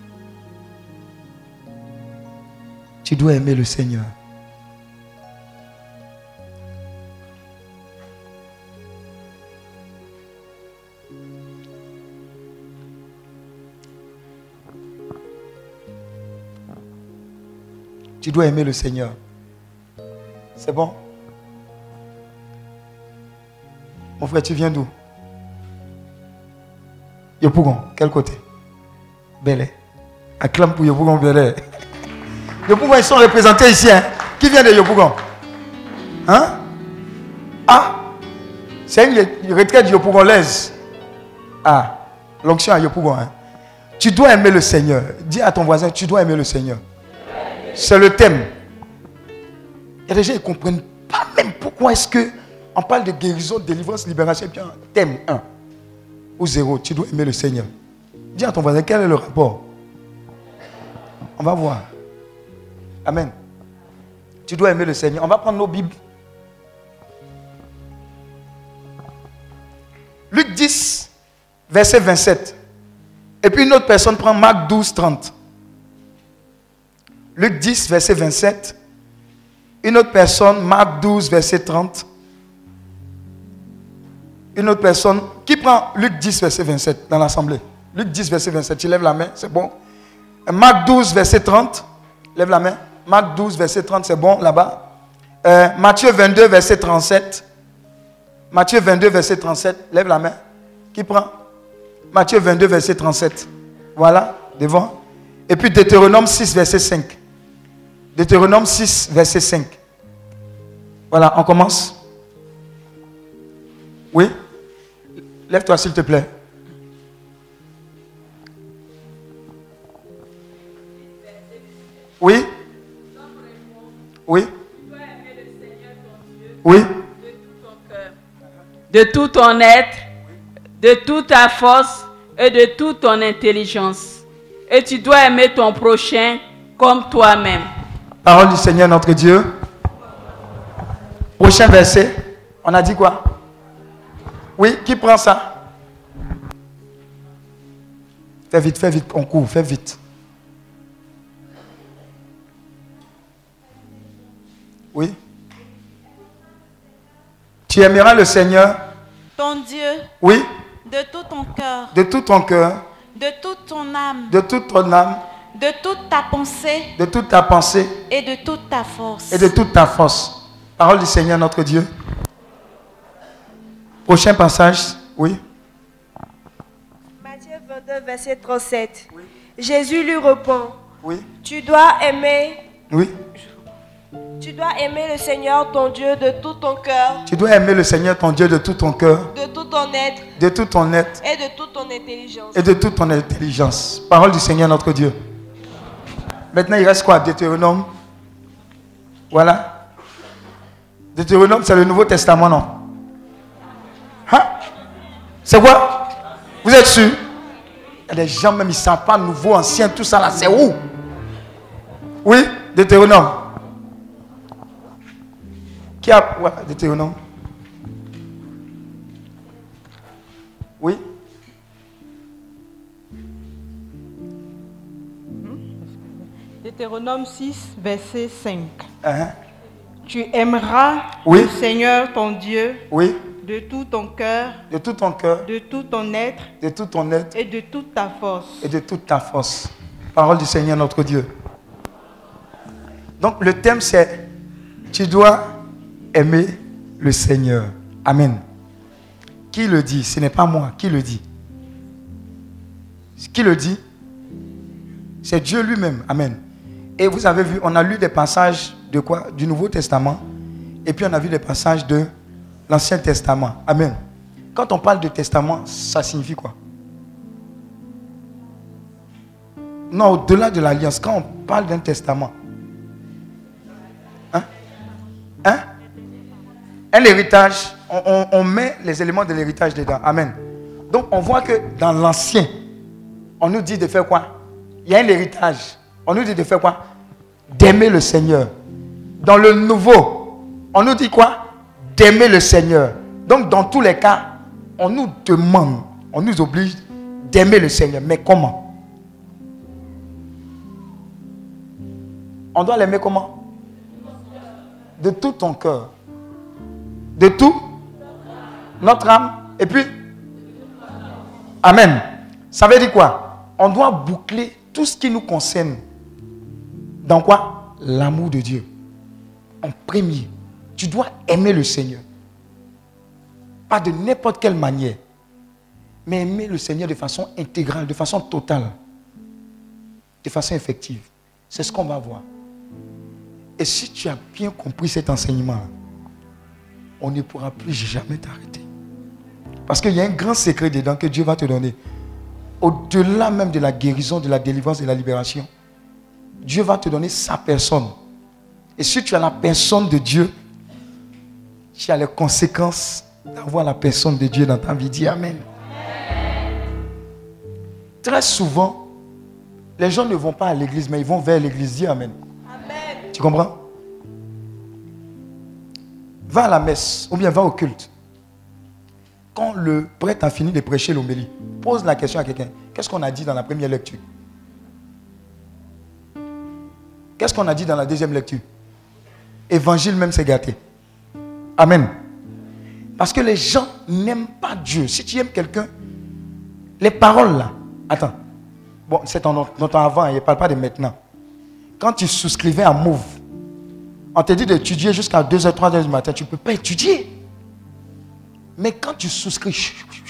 Tu dois aimer le Seigneur. Tu dois aimer le Seigneur. C'est bon? Mon frère, tu viens d'où? Yopougon, quel côté? Belé. Acclame pour Yopougon, Belé. Yopougon, ils sont représentés ici. Hein? Qui vient de Yopougon? Hein? Ah! C'est une retraite yopougonlaise. Ah! L'onction à Yopougon. Hein? Tu dois aimer le Seigneur. Dis à ton voisin, tu dois aimer le Seigneur. C'est le thème. Il y a des gens qui ne comprennent pas même pourquoi est-ce qu'on parle de guérison, délivrance, libération. Et puis un thème un ou zéro. Tu dois aimer le Seigneur. Dis à ton voisin, quel est le rapport? On va voir. Amen. Tu dois aimer le Seigneur. On va prendre nos Bibles. Luc dix, verset vingt-sept. Et puis une autre personne prend Marc douze, trente. Luc dix, verset vingt-sept. Une autre personne, Marc douze, verset trente. Une autre personne, qui prend Luc dix, verset vingt-sept dans l'assemblée? Luc dix, verset vingt-sept, tu lèves la main, c'est bon. Marc douze, verset trente, lève la main. Marc douze, verset trente, c'est bon, là-bas. Euh, Matthieu vingt-deux, verset trente-sept. Matthieu vingt-deux, verset trente-sept, lève la main. Qui prend? Matthieu vingt-deux, verset trente-sept. Voilà, devant. Et puis Deutéronome six, verset cinq. Deutéronome six, verset cinq. Voilà, on commence. Oui? Lève-toi s'il te plaît. Oui? Oui? Oui? De tout ton être, de toute ta force et de toute ton intelligence. Et tu dois aimer ton prochain comme toi-même. Parole du Seigneur notre Dieu. Prochain verset. On a dit quoi? Oui, qui prend ça? Fais vite, fais vite, on court, fais vite. Oui? Tu aimeras le Seigneur, ton Dieu, oui, de tout ton cœur, de tout ton cœur, de toute ton âme, de toute ton âme, de toute ta pensée, de toute ta pensée et de toute ta force. et de toute ta force. Parole du Seigneur notre Dieu. Prochain passage, oui. Matthieu vingt-deux, verset trente-sept. Oui. Jésus lui répond. Oui. Tu dois aimer. Oui. Tu dois aimer le Seigneur ton Dieu de tout ton cœur. Tu dois aimer le Seigneur ton Dieu de tout ton cœur. De tout ton être. De tout ton être. Et de toute ton intelligence. Et de toute ton intelligence. Parole du Seigneur notre Dieu. Maintenant, il reste quoi? Deutéronome. Voilà. Deutéronome, c'est le Nouveau Testament, non? Hein? C'est quoi? Vous êtes sûr? Il y a des gens même, ils ne savent pas nouveau, ancien, tout ça là, c'est où? Oui, Deutéronome. Qui a... Voilà, Deutéronome. Oui. Deutéronome six, verset cinq. Uh-huh. Tu aimeras Oui. le Seigneur ton Dieu Oui. de tout ton cœur, De tout ton cœur, de tout ton être de tout ton être et de toute ta force. et de toute ta force. Parole du Seigneur notre Dieu. Donc le thème c'est tu dois aimer le Seigneur. Amen. Qui le dit? Ce n'est pas moi. Qui le dit? Qui le dit? C'est Dieu lui-même. Amen. Et vous avez vu, on a lu des passages de quoi? Du Nouveau Testament. Et puis on a vu des passages de l'Ancien Testament. Amen. Quand on parle de testament, ça signifie quoi? Non, au-delà de l'alliance, quand on parle d'un testament, hein? Hein? Un héritage, on, on, on met les éléments de l'héritage dedans. Amen. Donc on voit que dans l'ancien, on nous dit de faire quoi? Il y a un héritage. On nous dit de faire quoi? D'aimer le Seigneur. Dans le nouveau, on nous dit quoi? D'aimer le Seigneur. Donc dans tous les cas, on nous demande, on nous oblige d'aimer le Seigneur. Mais comment? On doit l'aimer comment? De tout ton cœur. De tout notre âme. Et puis, amen. Ça veut dire quoi? On doit boucler tout ce qui nous concerne. Dans quoi? L'amour de Dieu. En premier, tu dois aimer le Seigneur. Pas de n'importe quelle manière. Mais aimer le Seigneur de façon intégrale, de façon totale. De façon effective. C'est ce qu'on va voir. Et si tu as bien compris cet enseignement, on ne pourra plus jamais t'arrêter. Parce qu'il y a un grand secret dedans que Dieu va te donner. Au-delà même de la guérison, de la délivrance, de la libération, Dieu va te donner sa personne. Et si tu as la personne de Dieu, tu as les conséquences d'avoir la personne de Dieu dans ta vie. Dis Amen. Très souvent, les gens ne vont pas à l'église, mais ils vont vers l'église. Dis Amen. Amen. Tu comprends? Va à la messe ou bien va au culte. Quand le prêtre a fini de prêcher l'homélie, pose la question à quelqu'un. Qu'est-ce qu'on a dit dans la première lecture? Qu'est-ce qu'on a dit dans la deuxième lecture? Évangile même s'est gâté. Amen. Parce que les gens n'aiment pas Dieu. Si tu aimes quelqu'un, les paroles là, attends. Bon, c'est ton, ton temps avant, il ne parle pas de maintenant. Quand tu souscrivais à Move, on te dit d'étudier jusqu'à deux heures, trois heures du matin, tu ne peux pas étudier. Mais quand tu souscris,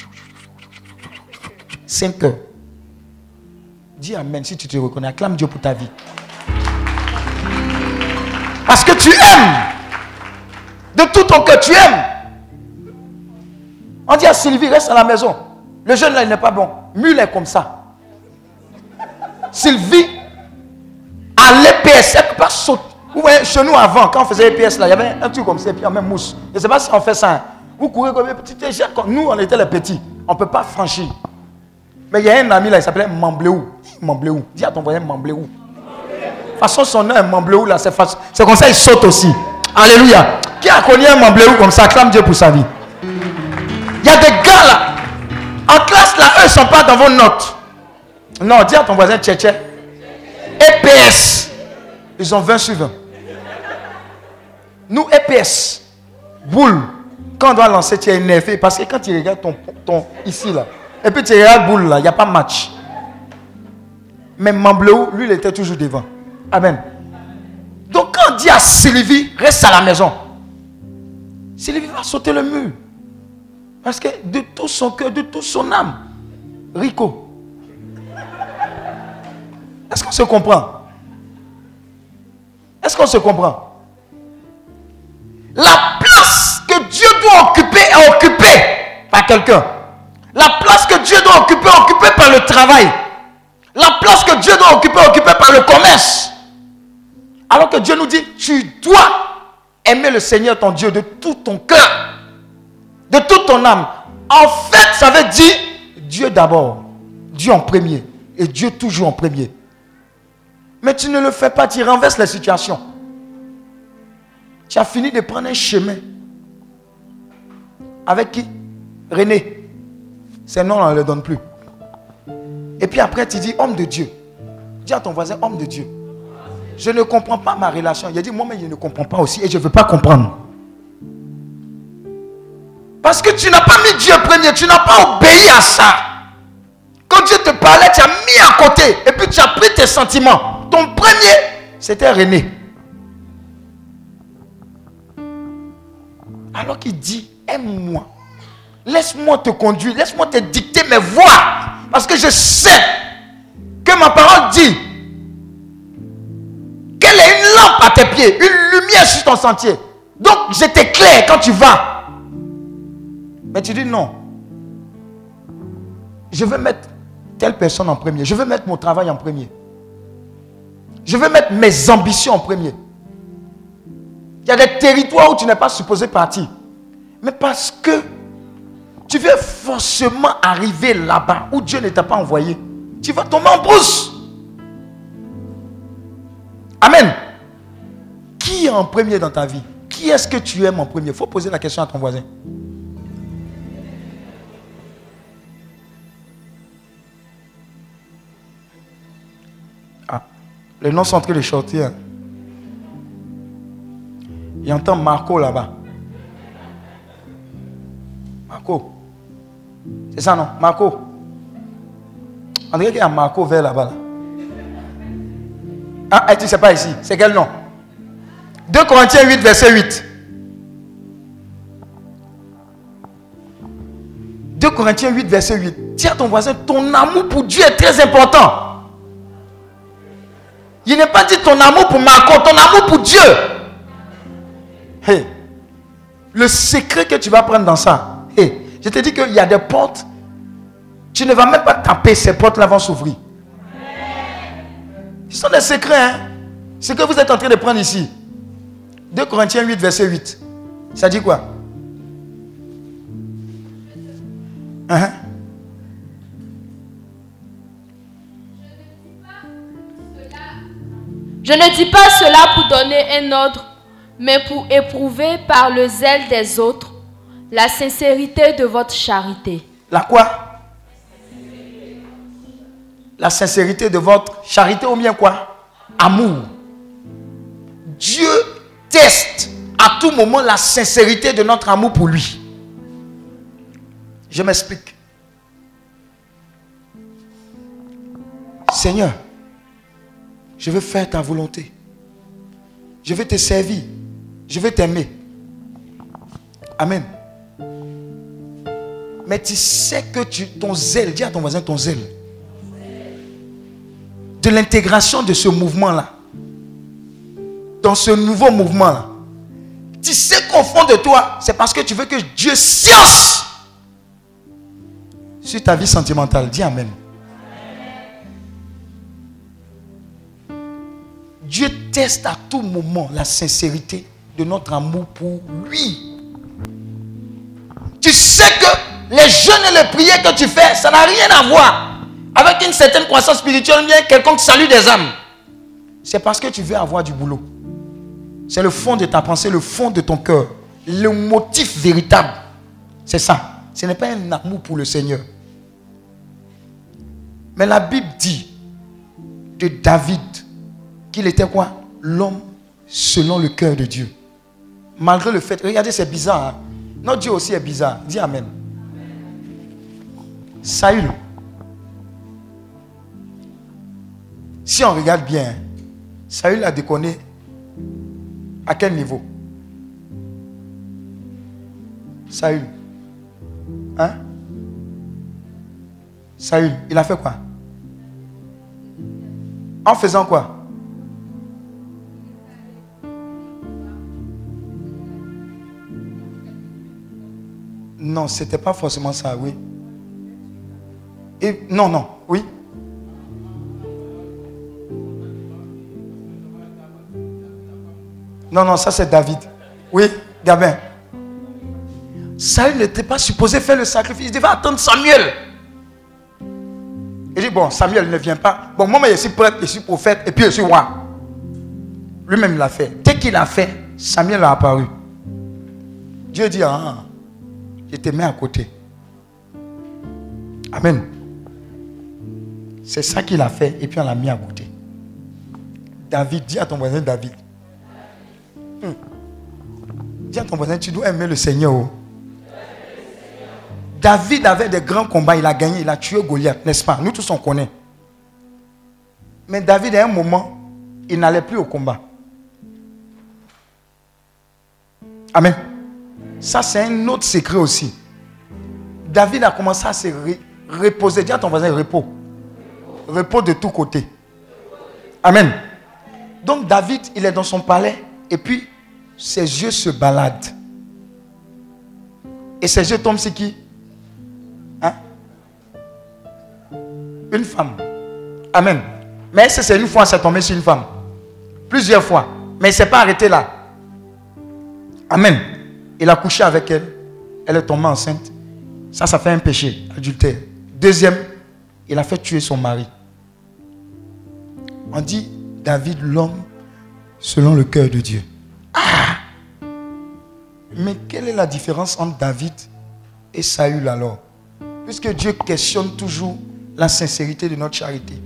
cinq heures, dis Amen si tu te reconnais, acclame Dieu pour ta vie. Parce que tu aimes. De tout ton cœur, tu aimes. On dit à Sylvie, reste à la maison. Le jeune là, il n'est pas bon. Mule est comme ça. Sylvie, à l'E P S, elle ne peut pas sauter. Vous voyez, chez nous avant, quand on faisait l'E P S, là, il y avait un truc comme ça, et puis en même mousse. Je ne sais pas si on fait ça. Hein. Vous courez comme des petits échecs. Nous, on était les petits. On ne peut pas franchir. Mais il y a un ami là, il s'appelait Mambléou. Mambléou. Dis à ton voisin Mambléou. De toute façon, son nom est Mambléou là, c'est facile. C'est comme ça, il saute aussi. Alléluia. Qui a connu un Mambléou comme ça? Acclame Dieu pour sa vie. Il y a des gars là, en classe là, eux ne sont pas dans vos notes. Non, dis à ton voisin Tchétché. E P S. Ils ont vingt sur vingt. Nous, E P S, boule. Quand on doit lancer, tu es énervé. Parce que quand tu regardes ton, ton ici là, et puis tu regardes boule là, il n'y a pas match. Mais Mambléou, lui, il était toujours devant. Amen. Donc quand on dit à Sylvie, reste à la maison, Sylvie va sauter le mur. Parce que de tout son cœur, de toute son âme, Rico. Est-ce qu'on se comprend? Est-ce qu'on se comprend? La place que Dieu doit occuper est occupée par quelqu'un. La place que Dieu doit occuper est occupée par le travail. La place que Dieu doit occuper est occupée par le commerce. Alors que Dieu nous dit, tu dois aimer le Seigneur ton Dieu de tout ton cœur, de toute ton âme. En fait, ça veut dire Dieu d'abord, Dieu en premier et Dieu toujours en premier. Mais tu ne le fais pas, tu renverses la situation. Tu as fini de prendre un chemin. Avec qui? René. Ces noms, on ne les donne plus. Et puis après, tu dis homme de Dieu. Dis à ton voisin homme de Dieu. Je ne comprends pas ma relation. Il a dit, moi-même, je ne comprends pas aussi et je ne veux pas comprendre. Parce que tu n'as pas mis Dieu premier, tu n'as pas obéi à ça. Quand Dieu te parlait, tu as mis à côté et puis tu as pris tes sentiments. Ton premier, c'était René. Alors qu'il dit, aime-moi. Laisse-moi te conduire, laisse-moi te dicter mes voies. Parce que je sais que ma parole dit qu'elle est une lampe à tes pieds, une lumière sur ton sentier. Donc, je t'éclaire quand tu vas. Mais tu dis non. Je veux mettre telle personne en premier. Je veux mettre mon travail en premier. Je veux mettre mes ambitions en premier. Il y a des territoires où tu n'es pas supposé partir. Mais parce que tu veux forcément arriver là-bas où Dieu ne t'a pas envoyé, tu vas tomber en brousse. Amen. Qui est en premier dans ta vie? Qui est-ce que tu aimes en premier? Il faut poser la question à ton voisin. Ah, les noms sont en train de sortir. Il entend Marco là-bas. Marco. C'est ça, non? Marco. On dirait qu'il y a Marco vert là-bas. Là. Ah, et tu ne sais pas ici. C'est quel nom? deux Corinthiens huit, verset huit. deux Corinthiens huit, verset huit. Dis à ton voisin, ton amour pour Dieu est très important. Il n'est pas dit ton amour pour Marco, ton amour pour Dieu. Hey, le secret que tu vas prendre dans ça, hey, je te dis qu'il y a des portes, tu ne vas même pas taper, ces portes-là vont s'ouvrir. Ce sont des secrets, hein. Ce que vous êtes en train de prendre ici. deux Corinthiens huit, verset huit. Ça dit quoi? Uh-huh. Je ne dis pas cela pour donner un ordre, mais pour éprouver par le zèle des autres la sincérité de votre charité. La quoi? La sincérité de votre charité ou bien quoi? Amour. Dieu teste à tout moment la sincérité de notre amour pour lui. Je m'explique. Seigneur, je veux faire ta volonté. Je veux te servir. Je veux t'aimer. Amen. Mais tu sais que tu, ton zèle, dis à ton voisin ton zèle, de l'intégration de ce mouvement-là, dans ce nouveau mouvement-là, tu sais qu'au fond de toi, c'est parce que tu veux que Dieu science sur ta vie sentimentale. Dis Amen. Dieu teste à tout moment la sincérité de notre amour pour lui. Tu sais que les jeûnes et les prières que tu fais, ça n'a rien à voir avec une certaine croissance spirituelle, bien quelconque salut des âmes. C'est parce que tu veux avoir du boulot. C'est le fond de ta pensée, le fond de ton cœur. Le motif véritable. C'est ça. Ce n'est pas un amour pour le Seigneur. Mais la Bible dit de David qu'il était quoi? L'homme selon le cœur de Dieu. Malgré le fait, regardez, c'est bizarre. Hein? Notre Dieu aussi est bizarre. Dis Amen. Saül. Si on regarde bien, Saül a déconné à quel niveau? Saül. Hein? Saül, il a fait quoi? En faisant quoi? Non, ce n'était pas forcément ça, oui. Et, non, non, oui. Non, non, ça c'est David. Oui, Gabin. Saül n'était pas supposé faire le sacrifice. Il devait attendre Samuel. Il dit, bon, Samuel ne vient pas. Bon, moi, je suis prêtre, je suis prophète, et puis je suis roi. Lui-même, il l'a fait. Dès qu'il a fait, Samuel a apparu. Dieu dit, ah, je te mets à côté. Amen. C'est ça qu'il a fait, et puis on l'a mis à côté. David, dis à ton voisin David. Hmm. Dis à ton voisin, tu dois aimer le Seigneur. Oh. David avait des grands combats, il a gagné, il a tué Goliath, n'est-ce pas? Nous tous on connaît. Mais David, à un moment, il n'allait plus au combat. Amen. Ça, c'est un autre secret aussi. David a commencé à se ré- reposer. Dis à ton voisin, repos. Repos de tous côtés. Amen. Donc David, il est dans son palais et puis ses yeux se baladent. Et ses yeux tombent sur qui? Hein? Une femme. Amen. Mais c'est une fois, c'est tombé sur une femme. Plusieurs fois. Mais il ne s'est pas arrêté là. Amen. Il a couché avec elle. Elle est tombée enceinte. Ça, ça fait un péché, adultère. Deuxième, il a fait tuer son mari. On dit David, l'homme selon le cœur de Dieu. Ah! Mais quelle est la différence entre David et Saül alors? Puisque Dieu questionne toujours la sincérité de notre charité.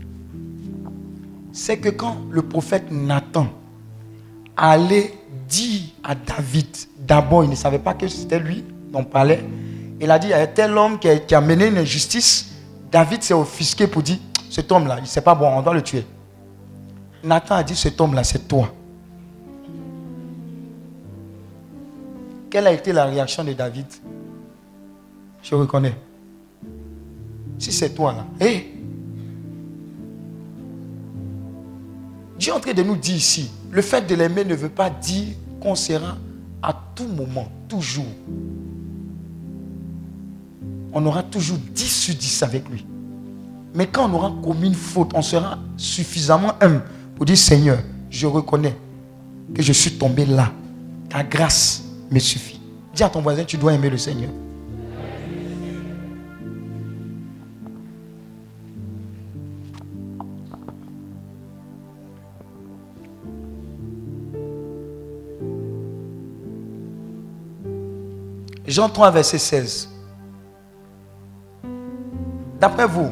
C'est que quand le prophète Nathan allait dire à David, d'abord il ne savait pas que c'était lui dont parlait. Il a dit, il y a tel homme qui a, qui a mené une injustice. David s'est offusqué pour dire, cet homme-là, il ne sait pas bon, on doit le tuer. Nathan a dit, cet homme-là, c'est toi. Quelle a été la réaction de David? Je reconnais. Si c'est toi là, hé! Hey. Dieu est en train de nous dire ici, le fait de l'aimer ne veut pas dire qu'on sera à tout moment, toujours. On aura toujours dix sur dix avec lui. Mais quand on aura commis une faute, on sera suffisamment humble pour dire, Seigneur, je reconnais que je suis tombé là. Ta grâce me suffit. Dis à ton voisin, tu dois aimer le Seigneur. Jean trois, verset seize. D'après vous,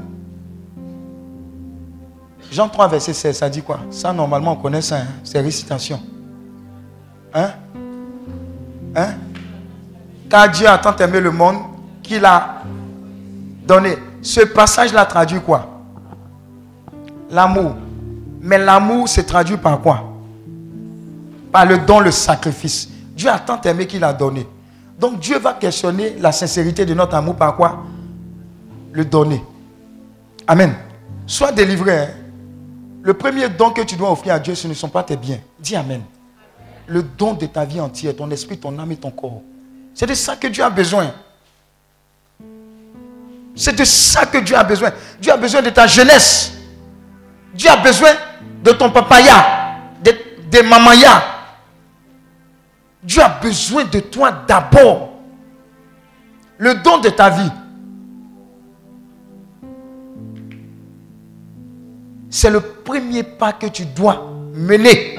Jean trois, verset seize, ça dit quoi? Ça, normalement, on connaît ça, hein? C'est récitation. Hein? Hein? Car Dieu a tant aimé le monde qu'il a donné. Ce passage-là traduit quoi? L'amour. Mais l'amour se traduit par quoi? Par le don, le sacrifice. Dieu a tant aimé qu'il a donné. Donc Dieu va questionner la sincérité de notre amour par quoi? Le donner. Amen. Sois délivré. Hein? Le premier don que tu dois offrir à Dieu, ce ne sont pas tes biens. Dis Amen. Le don de ta vie entière, ton esprit, ton âme et ton corps. C'est de ça que Dieu a besoin. C'est de ça que Dieu a besoin. Dieu a besoin de ta jeunesse. Dieu a besoin de ton papaya, de, de mamaya. Dieu a besoin de toi d'abord. Le don de ta vie. C'est le premier pas que tu dois mener.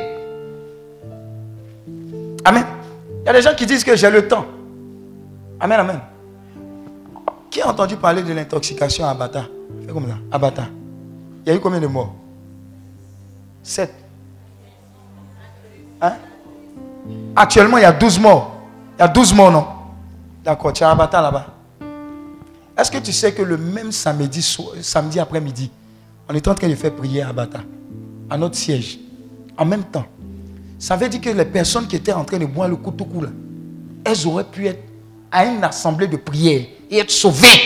Amen. Il y a des gens qui disent que j'ai le temps. Amen, amen. Qui a entendu parler de l'intoxication à Abata? Fais comme ça, Abata. Il y a eu combien de morts? Sept. Hein? Actuellement, il y a douze morts. Il y a douze morts, non? D'accord, tu as Abata là-bas. Est-ce que tu sais que le même samedi, samedi après-midi, on est en train de faire prier à Abata, à notre siège, en même temps? Ça veut dire que les personnes qui étaient en train de boire le koutoukou là, elles auraient pu être à une assemblée de prière et être sauvées.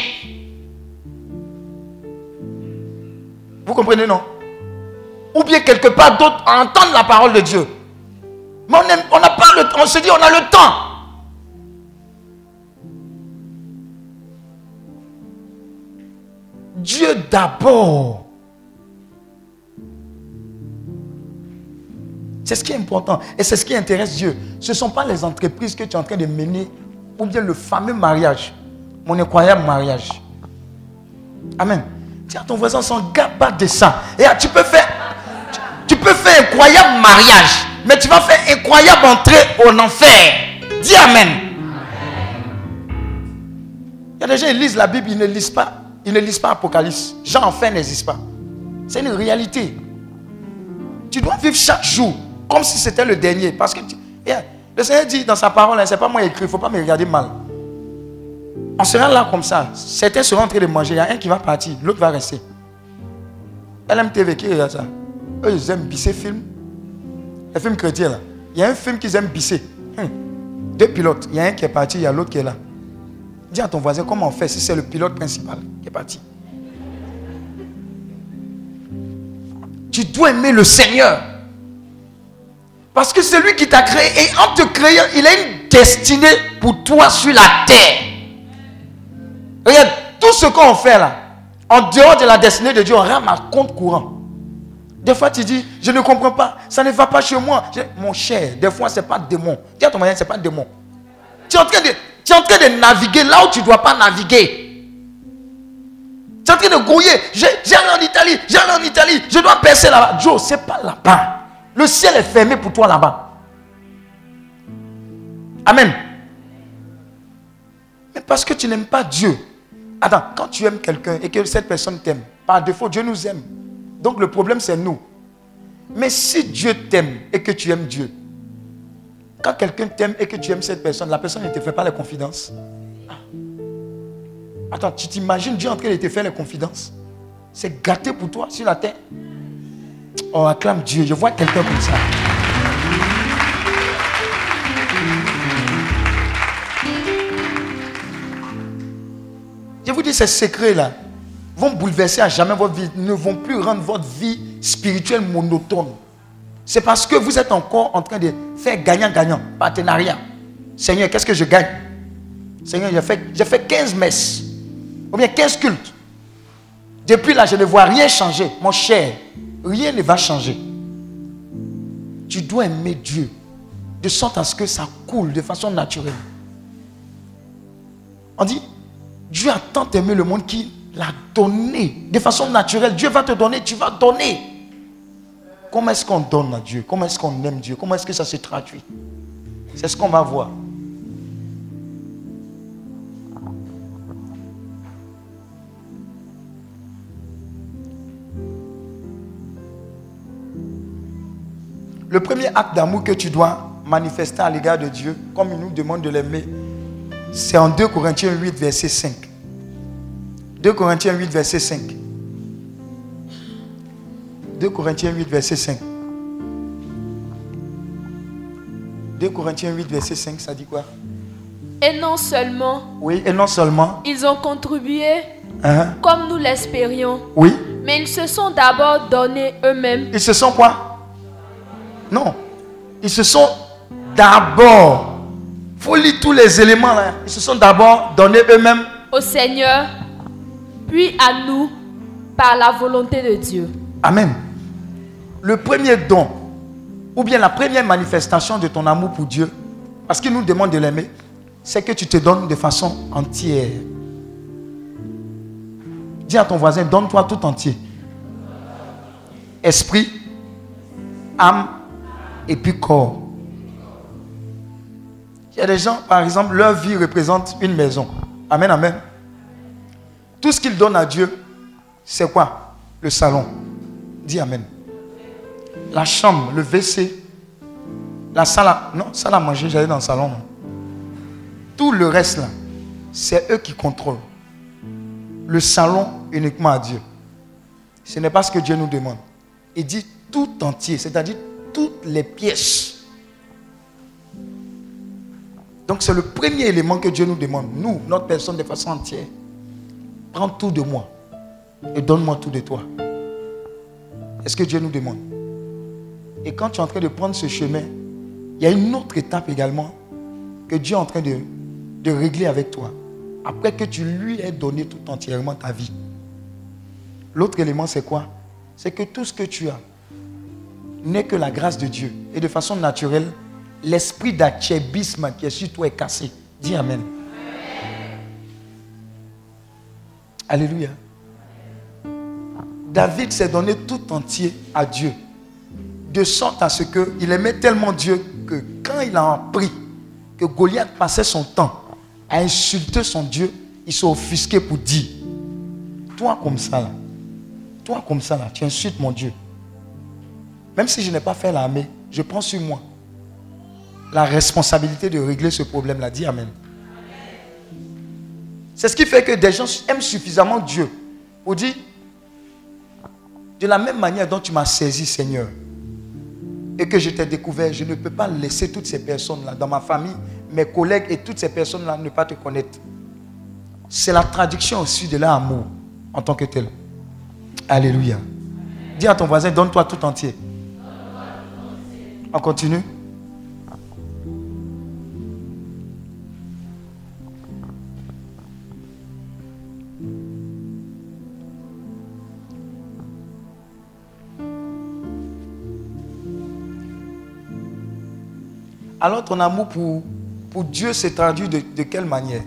Vous comprenez, non? Ou bien quelque part d'autre entendre la parole de Dieu. Mais on n'a pas le temps. On se dit on a le temps. Dieu d'abord. C'est ce qui est important. Et c'est ce qui intéresse Dieu. Ce ne sont pas les entreprises que tu es en train de mener, ou bien le fameux mariage. Mon incroyable mariage. Amen. Dis à ton voisin, son gars pas de ça. Et tu peux faire, tu, tu peux faire un incroyable mariage, mais tu vas faire incroyable entrée en enfer. Dis Amen. Il y a des gens qui lisent la Bible, ils ne lisent pas, ils ne lisent pas Apocalypse. Jean enfer n'existe pas. C'est une réalité. Tu dois vivre chaque jour comme si c'était le dernier. Parce que tu, yeah, le Seigneur dit dans sa parole, hein, c'est pas moi écrit, il ne faut pas me regarder mal. On sera là comme ça. Certains seront en train de manger. Il y a un qui va partir, l'autre va rester. L M T V qui regarde ça. Eux, ils aiment bisser film. Les films chrétiens là. Il y a un film qu'ils aiment bisser. Hum. Deux pilotes. Il y a un qui est parti, il y a l'autre qui est là. Dis à ton voisin comment on fait si c'est le pilote principal qui est parti. Tu dois aimer le Seigneur. Parce que c'est lui qui t'a créé. Et en te créant, il a une destinée pour toi sur la terre. Regarde, tout ce qu'on fait là, en dehors de la destinée de Dieu, on rame à compte courant. Des fois, tu dis, je ne comprends pas, ça ne va pas chez moi. Je, mon cher, des fois, ce n'est pas démon. Dis à ton moyen, ce n'est pas démon. Tu es, en train de, tu es en train de naviguer là où tu ne dois pas naviguer. Tu es en train de grouiller. J'allais en Italie, j'allais en Italie, je dois percer là-bas. Joe, ce n'est pas là-bas. Le ciel est fermé pour toi là-bas. Amen. Mais parce que tu n'aimes pas Dieu. Attends, quand tu aimes quelqu'un et que cette personne t'aime, par défaut, Dieu nous aime. Donc le problème, c'est nous. Mais si Dieu t'aime et que tu aimes Dieu, quand quelqu'un t'aime et que tu aimes cette personne, la personne ne te fait pas les confidences. Attends, tu t'imagines Dieu en train de te faire les confidences? C'est gâté pour toi sur la terre. On acclame Dieu. Je vois quelqu'un comme ça. Je vous dis, ces secrets-là vont bouleverser à jamais votre vie, ne vont plus rendre votre vie spirituelle monotone. C'est parce que vous êtes encore en train de faire gagnant-gagnant, partenariat. Seigneur, qu'est-ce que je gagne? Seigneur, j'ai fait, j'ai fait quinze messes, ou bien quinze cultes. Depuis là, je ne vois rien changer. Mon cher, rien ne va changer. Tu dois aimer Dieu, de sorte à ce que ça coule de façon naturelle. On dit, Dieu a tant aimé le monde qu'il l'a donné de façon naturelle. Dieu va te donner, tu vas donner. Comment est-ce qu'on donne à Dieu? Comment est-ce qu'on aime Dieu? Comment est-ce que ça se traduit? C'est ce qu'on va voir. Le premier acte d'amour que tu dois manifester à l'égard de Dieu, comme il nous demande de l'aimer, c'est en deux Corinthiens huit, verset cinq. deux Corinthiens huit, verset cinq. deux Corinthiens huit, verset cinq. deux Corinthiens huit, verset cinq, ça dit quoi? Et non seulement. Oui, et non seulement. Ils ont contribué Hein? comme nous l'espérions. Oui. Mais ils se sont d'abord donnés eux-mêmes. Ils se sont quoi? Non. Ils se sont d'abord. Il faut lire tous les éléments là. Ils se sont d'abord donnés eux-mêmes au Seigneur, puis à nous, par la volonté de Dieu. Amen. Le premier don, ou bien la première manifestation de ton amour pour Dieu, parce qu'il nous demande de l'aimer, c'est que tu te donnes de façon entière. Dis à ton voisin, donne-toi tout entier. Esprit, âme et puis corps. Il y a des gens, par exemple, leur vie représente une maison. Amen, amen. Tout ce qu'ils donnent à Dieu, c'est quoi? Le salon. Dis amen. La chambre, le W C, la salle à... Non, salle à manger, j'allais dans le salon. Non. Tout le reste là, c'est eux qui contrôlent. Le salon uniquement à Dieu. Ce n'est pas ce que Dieu nous demande. Il dit tout entier, c'est-à-dire toutes les pièces. Donc c'est le premier élément que Dieu nous demande. Nous, notre personne de façon entière. Prends tout de moi et donne-moi tout de toi. C'est ce que Dieu nous demande. Et quand tu es en train de prendre ce chemin, il y a une autre étape également que Dieu est en train de, de régler avec toi. Après que tu lui aies donné tout entièrement ta vie. L'autre élément c'est quoi? C'est que tout ce que tu as n'est que la grâce de Dieu. Et de façon naturelle, l'esprit d'achébisme qui est sur toi est cassé. Dis amen. Amen. Alléluia. David s'est donné tout entier à Dieu. De sorte à ce qu'il aimait tellement Dieu que quand il a appris que Goliath passait son temps à insulter son Dieu, il s'est offusqué pour dire, toi comme ça là, toi comme ça là, tu insultes mon Dieu. même si je n'ai pas fait l'armée, je prends sur moi la responsabilité de régler ce problème-là. Dis Amen. C'est ce qui fait que des gens aiment suffisamment Dieu pour dire, de la même manière dont tu m'as saisi, Seigneur, et que je t'ai découvert, je ne peux pas laisser toutes ces personnes-là dans ma famille, mes collègues et toutes ces personnes-là ne pas te connaître. C'est la traduction aussi de leur amour en tant que tel. Alléluia. Dis à ton voisin, donne-toi tout entier. On continue. Alors ton amour pour, pour Dieu s'est traduit de, de quelle manière?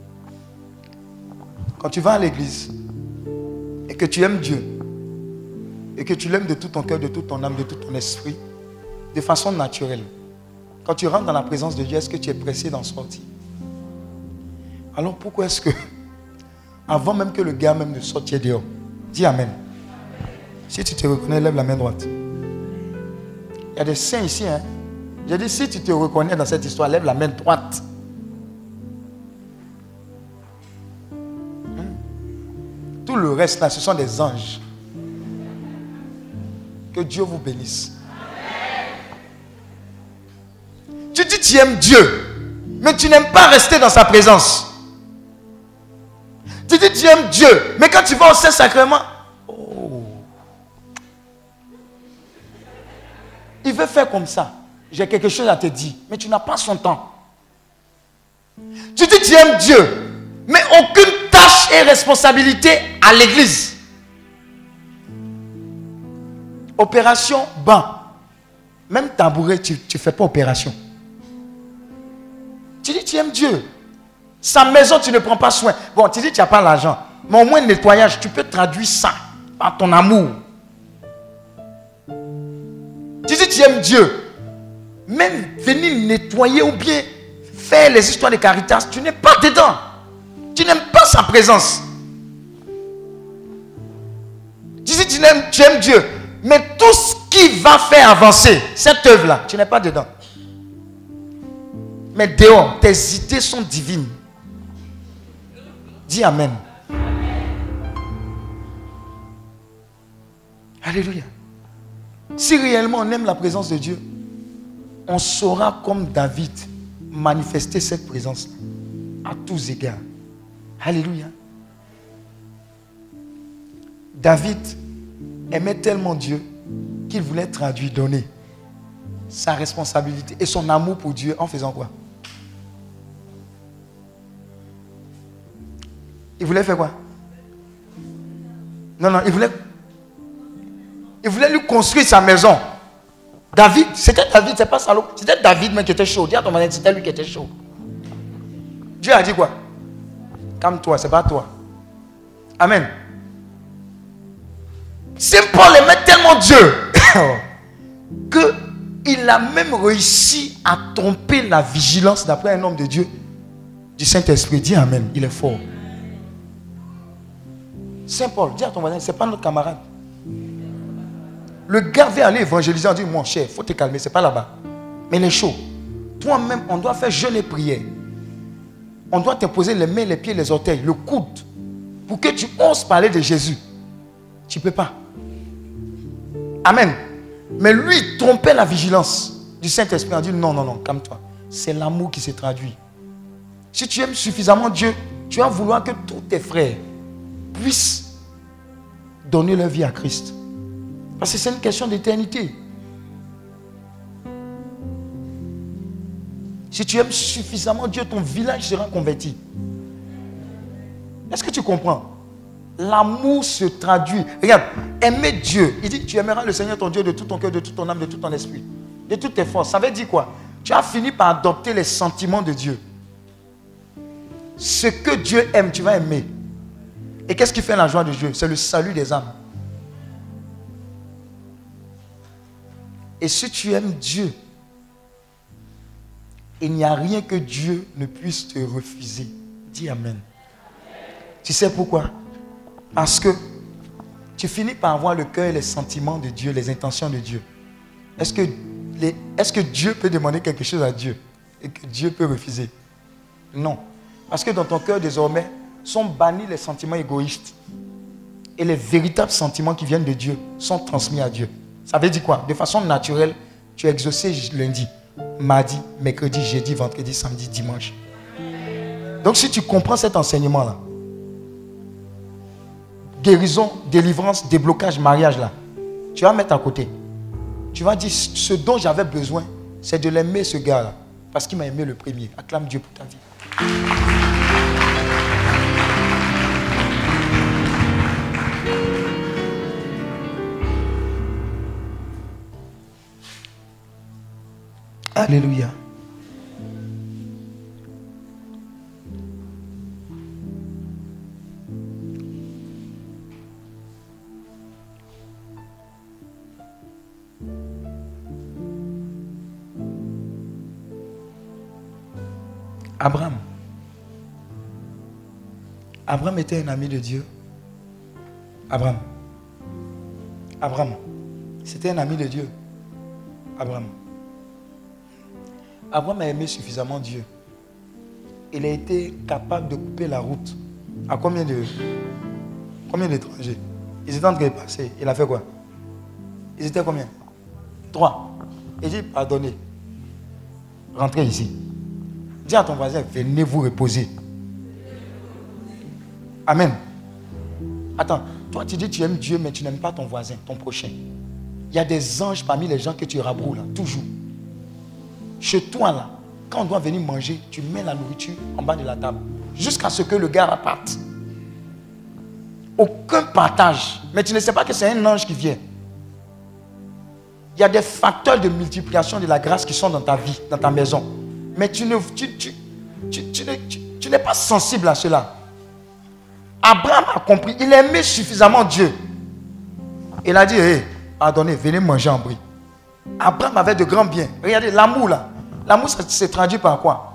Quand tu vas à l'église et que tu aimes Dieu et que tu l'aimes de tout ton cœur, de toute ton âme, de tout ton esprit, de façon naturelle, quand tu rentres dans la présence de Dieu, est-ce que tu es pressé d'en sortir? Alors pourquoi est-ce que, avant même que le gars même ne sorte, tu es dehors? Dis Amen. Si tu te reconnais, lève la main droite. Il y a des saints ici, hein. J'ai dit, si tu te reconnais dans cette histoire, lève la main droite. Hmm. Tout le reste là, ce sont des anges. Que Dieu vous bénisse. Amen. Tu dis tu aimes Dieu, mais tu n'aimes pas rester dans sa présence. Tu dis tu aimes Dieu, mais quand tu vas au Saint-Sacrement, oh, il veut faire comme ça. J'ai quelque chose à te dire, mais tu n'as pas son temps. Tu dis tu aimes Dieu, mais aucune tâche et responsabilité à l'église. Opération banc. Même tabouret, tu ne fais pas opération. Tu dis tu aimes Dieu. Sa maison, tu ne prends pas soin. Bon, tu dis tu n'as pas l'argent, mais au moins le nettoyage, tu peux traduire ça par ton amour. Tu dis tu aimes Dieu. Même venir nettoyer ou bien faire les histoires de Caritas, tu n'es pas dedans. Tu n'aimes pas sa présence. Tu dis tu aimes, tu aimes Dieu, mais tout ce qui va faire avancer cette œuvre-là, tu n'es pas dedans. Mais dehors, tes idées sont divines. Dis Amen. Alléluia. Si réellement on aime la présence de Dieu, on saura comme David manifester cette présence à tous égards. Alléluia. David aimait tellement Dieu qu'il voulait traduire, donner sa responsabilité et son amour pour Dieu en faisant quoi? Il voulait faire quoi? Non, non, il voulait il voulait lui construire sa maison. David, c'était David, c'est pas Salomon. C'était David même qui était chaud. Dis à ton mari, c'était lui qui était chaud. Dieu a dit quoi? Calme-toi, c'est pas toi. Amen. Saint Paul aimait tellement Dieu qu'il a même réussi à tromper la vigilance d'après un homme de Dieu du Saint-Esprit. Dis Amen, il est fort. Saint Paul, dis à ton voisin, c'est pas notre camarade. Le gars veut aller évangéliser, on dit, mon cher, il faut te calmer, c'est pas là-bas. Mais il est chaud. Toi-même, on doit faire jeûne et prière. On doit te poser les mains, les pieds, les orteils, le coude, pour que tu oses parler de Jésus. Tu ne peux pas. Amen. Mais lui, il trompait la vigilance du Saint-Esprit. On dit, non, non, non, calme-toi. C'est l'amour qui se traduit. Si tu aimes suffisamment Dieu, tu vas vouloir que tous tes frères puissent donner leur vie à Christ. Parce que c'est une question d'éternité. Si tu aimes suffisamment Dieu, ton village sera converti. Est-ce que tu comprends? L'amour se traduit. Regarde, aimer Dieu. Il dit, tu aimeras le Seigneur ton Dieu de tout ton cœur, de toute ton âme, de tout ton esprit, de toutes tes forces. Ça veut dire quoi? Tu as fini par adopter les sentiments de Dieu. Ce que Dieu aime, tu vas aimer. Et qu'est-ce qui fait la joie de Dieu? C'est le salut des âmes. Et si tu aimes Dieu, il n'y a rien que Dieu ne puisse te refuser. Dis Amen. Tu sais pourquoi? Parce que tu finis par avoir le cœur et les sentiments de Dieu, les intentions de Dieu. Est-ce que, les, est-ce que Dieu peut demander quelque chose à Dieu et que Dieu peut refuser? Non. Parce que dans ton cœur, désormais, sont bannis les sentiments égoïstes. Et les véritables sentiments qui viennent de Dieu sont transmis à Dieu. Ça veut dire quoi? De façon naturelle, tu es exaucé lundi, mardi, mercredi, jeudi, vendredi, samedi, dimanche. Donc si tu comprends cet enseignement-là, guérison, délivrance, déblocage, mariage là, tu vas mettre à côté. Tu vas dire, ce dont j'avais besoin, c'est de l'aimer ce gars-là. Parce qu'il m'a aimé le premier. Acclame Dieu pour ta vie. Alléluia. Abraham. Abraham était un ami de Dieu. Abraham. Abraham. C'était un ami de Dieu. Abraham. Abraham a aimé suffisamment Dieu. Il a été capable de couper la route. À combien de combien d'étrangers? Ils étaient en train de passer. Il a fait quoi? Ils étaient combien? Trois. Il dit, pardonnez. Rentrez ici. Dis à ton voisin, venez vous reposer. Amen. Attends, toi tu dis tu aimes Dieu, mais tu n'aimes pas ton voisin, ton prochain. Il y a des anges parmi les gens que tu rabroues là, toujours. Chez toi là, quand on doit venir manger, tu mets la nourriture en bas de la table. Jusqu'à ce que le gars parte. Aucun partage. Mais tu ne sais pas que c'est un ange qui vient. Il y a des facteurs de multiplication de la grâce qui sont dans ta vie, dans ta maison. Mais tu, ne, tu, tu, tu, tu, tu, tu n'es pas sensible à cela. Abraham a compris. Il aimait suffisamment Dieu. Il a dit, hey, pardonnez, venez manger en bris. Abraham avait de grands biens. Regardez, l'amour là. L'amour, ça se traduit par quoi?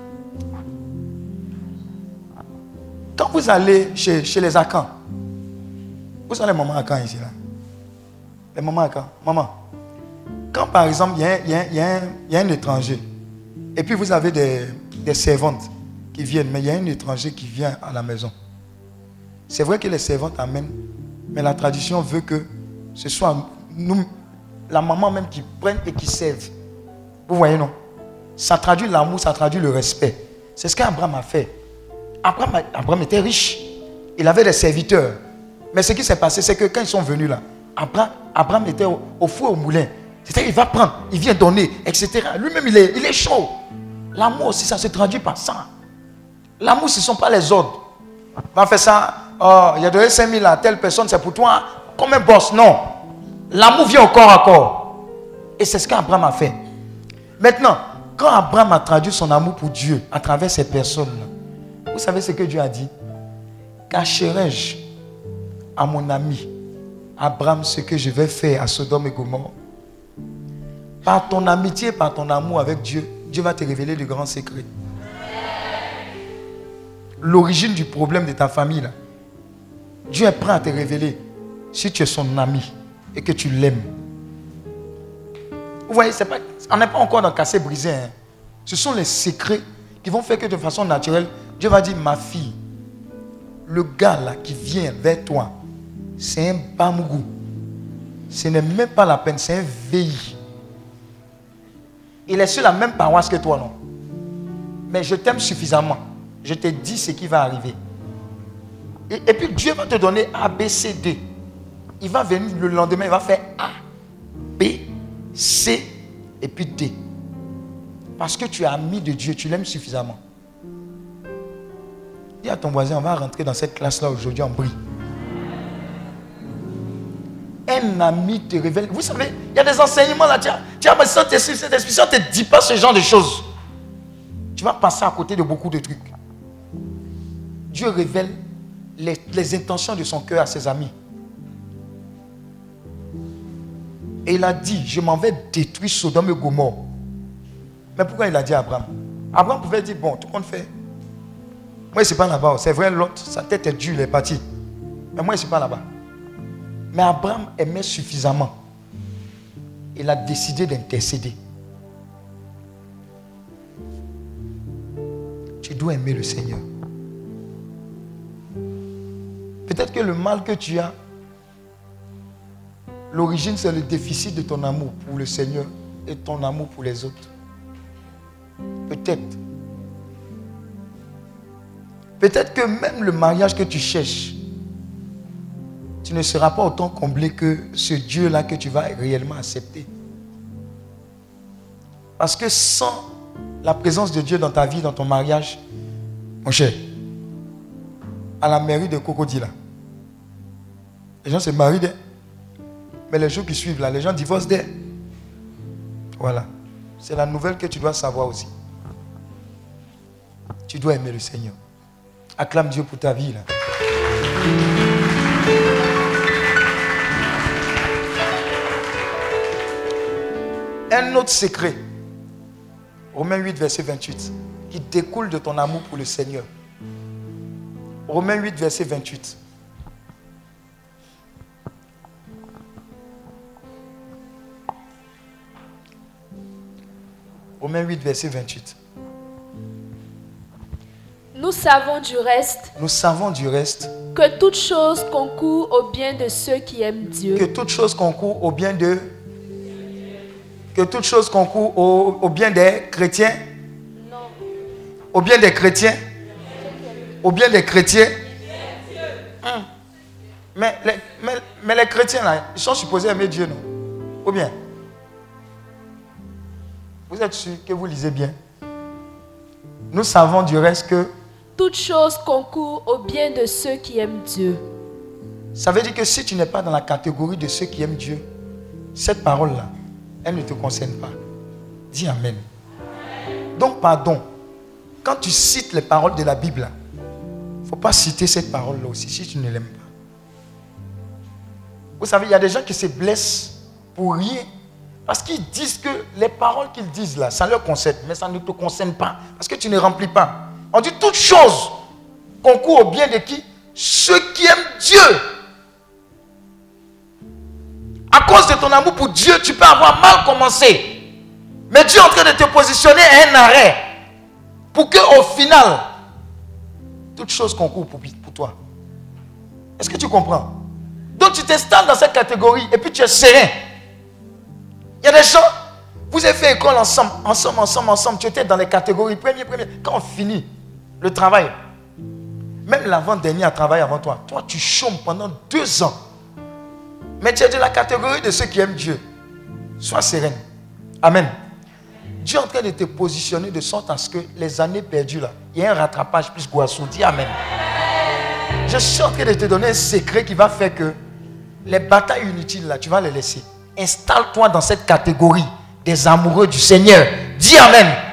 Quand vous allez chez, chez les Akans, vous savez les mamans Akans ici là? Les mamans Akans, maman. Quand par exemple, il y a, y a, y a, y a un étranger, et puis vous avez des, des servantes qui viennent, mais il y a un étranger qui vient à la maison. C'est vrai que les servantes amènent, mais la tradition veut que ce soit nous, la maman même qui prenne et qui serve. Vous voyez, non? Ça traduit l'amour, ça traduit le respect. C'est ce qu'Abraham a fait. Abraham, Abraham était riche. Il avait des serviteurs. Mais ce qui s'est passé, c'est que quand ils sont venus là, Abraham, Abraham était au, au four au moulin. C'est-à-dire, il va prendre, il vient donner, et cetera. Lui-même, il est, il est chaud. L'amour aussi, ça se traduit par ça. L'amour, ce ne sont pas les ordres. On va faire ça, oh, il y a donné cinq mille à telle personne, c'est pour toi, comme un boss. Non. L'amour vient au corps à corps. Et c'est ce qu'Abraham a fait. Maintenant, quand Abraham a traduit son amour pour Dieu à travers ces personnes-là, vous savez ce que Dieu a dit? Cacherai-je à mon ami Abraham ce que je vais faire à Sodome et Gomorrhe? Par ton amitié, par ton amour avec Dieu, Dieu va te révéler de grands secrets. L'origine du problème de ta famille, là, Dieu est prêt à te révéler si tu es son ami et que tu l'aimes. Vous voyez, c'est pas, on n'est pas encore dans cassé brisé. Hein. Ce sont les secrets qui vont faire que de façon naturelle, Dieu va dire, ma fille, le gars là qui vient vers toi, c'est un bamougou. Ce n'est même pas la peine, c'est un V I. Il est sur la même paroisse que toi, non? Mais je t'aime suffisamment. Je te dis ce qui va arriver. Et, et puis Dieu va te donner A, B, C, D. Il va venir le lendemain, il va faire A, B, C et puis D. Parce que tu es ami de Dieu, tu l'aimes suffisamment. Dis à ton voisin, on va rentrer dans cette classe-là aujourd'hui en bris. Un ami te révèle. Vous savez, il y a des enseignements là. Tiens, tiens, mais ça, cette expression ne te dit pas ce genre de choses. Tu vas passer à côté de beaucoup de trucs. Dieu révèle les, les intentions de son cœur à ses amis. Et il a dit, je m'en vais détruire Sodome et Gomorrhe. Mais pourquoi il a dit à Abraham? Abraham pouvait dire, bon, tout le monde fait. Moi, je ne suis pas là-bas. C'est vrai, l'autre, sa tête est dure, il est parti. Mais moi, je ne suis pas là-bas. Mais Abraham aimait suffisamment il a décidé d'intercéder. Tu dois aimer le Seigneur. Peut-être que le mal que tu as, l'origine c'est le déficit de ton amour pour le Seigneur et ton amour pour les autres. Peut-être. Peut-être que même le mariage que tu cherches, tu ne seras pas autant comblé que ce Dieu-là que tu vas réellement accepter. Parce que sans la présence de Dieu dans ta vie, dans ton mariage, mon cher, à la mairie de Cocody là, les gens se marient d'eux. Mais les jours qui suivent là, les gens divorcent d'eux. Voilà. C'est la nouvelle que tu dois savoir aussi. Tu dois aimer le Seigneur. Acclame Dieu pour ta vie là. Un autre secret, Romains huit, verset vingt-huit, qui découle de ton amour pour le Seigneur. Romains huit, verset vingt-huit. Romains huit, verset vingt-huit. Nous savons du reste Nous savons du reste que toute chose concourt au bien de ceux qui aiment Dieu. que toute chose concourt au bien de... Que toute chose concourt au, au bien des chrétiens. Non. Au bien des chrétiens. Au bien des chrétiens. Hum. Mais, les, mais, mais les chrétiens là, ils sont supposés aimer Dieu, non? Ou bien? Vous êtes sûr que vous lisez bien? Nous savons du reste que... Toute chose concourt au bien de ceux qui aiment Dieu. Ça veut dire que si tu n'es pas dans la catégorie de ceux qui aiment Dieu, cette parole-là, elle ne te concerne pas. Dis Amen. Donc, pardon. Quand tu cites les paroles de la Bible, il ne faut pas citer cette parole-là aussi si tu ne l'aimes pas. Vous savez, il y a des gens qui se blessent pour rien. Parce qu'ils disent que les paroles qu'ils disent là, ça leur concerne, mais ça ne te concerne pas. Parce que tu ne remplis pas. On dit toute chose concourt au bien de qui? Ceux qui aiment Dieu. À cause de ton amour pour Dieu, tu peux avoir mal commencé. Mais Dieu est en train de te positionner à un arrêt. Pour qu'au final, toute chose concourt pour, pour toi. Est-ce que tu comprends? Donc tu t'installes dans cette catégorie et puis tu es serein. Il y a des gens, vous avez fait école ensemble, ensemble, ensemble, ensemble. Tu étais dans les catégories premier, premier. Quand on finit le travail, même l'avant-dernier a travaillé avant toi. Toi, tu chômes pendant deux ans. Mais tu es de la catégorie de ceux qui aiment Dieu. Sois sereine. Amen. Dieu est en train de te positionner de sorte à ce que les années perdues là, il y ait un rattrapage plus goissou. Dis Amen. Je suis en train de te donner un secret qui va faire que les batailles inutiles là, tu vas les laisser. Installe-toi dans cette catégorie des amoureux du Seigneur. Dis Amen. Amen.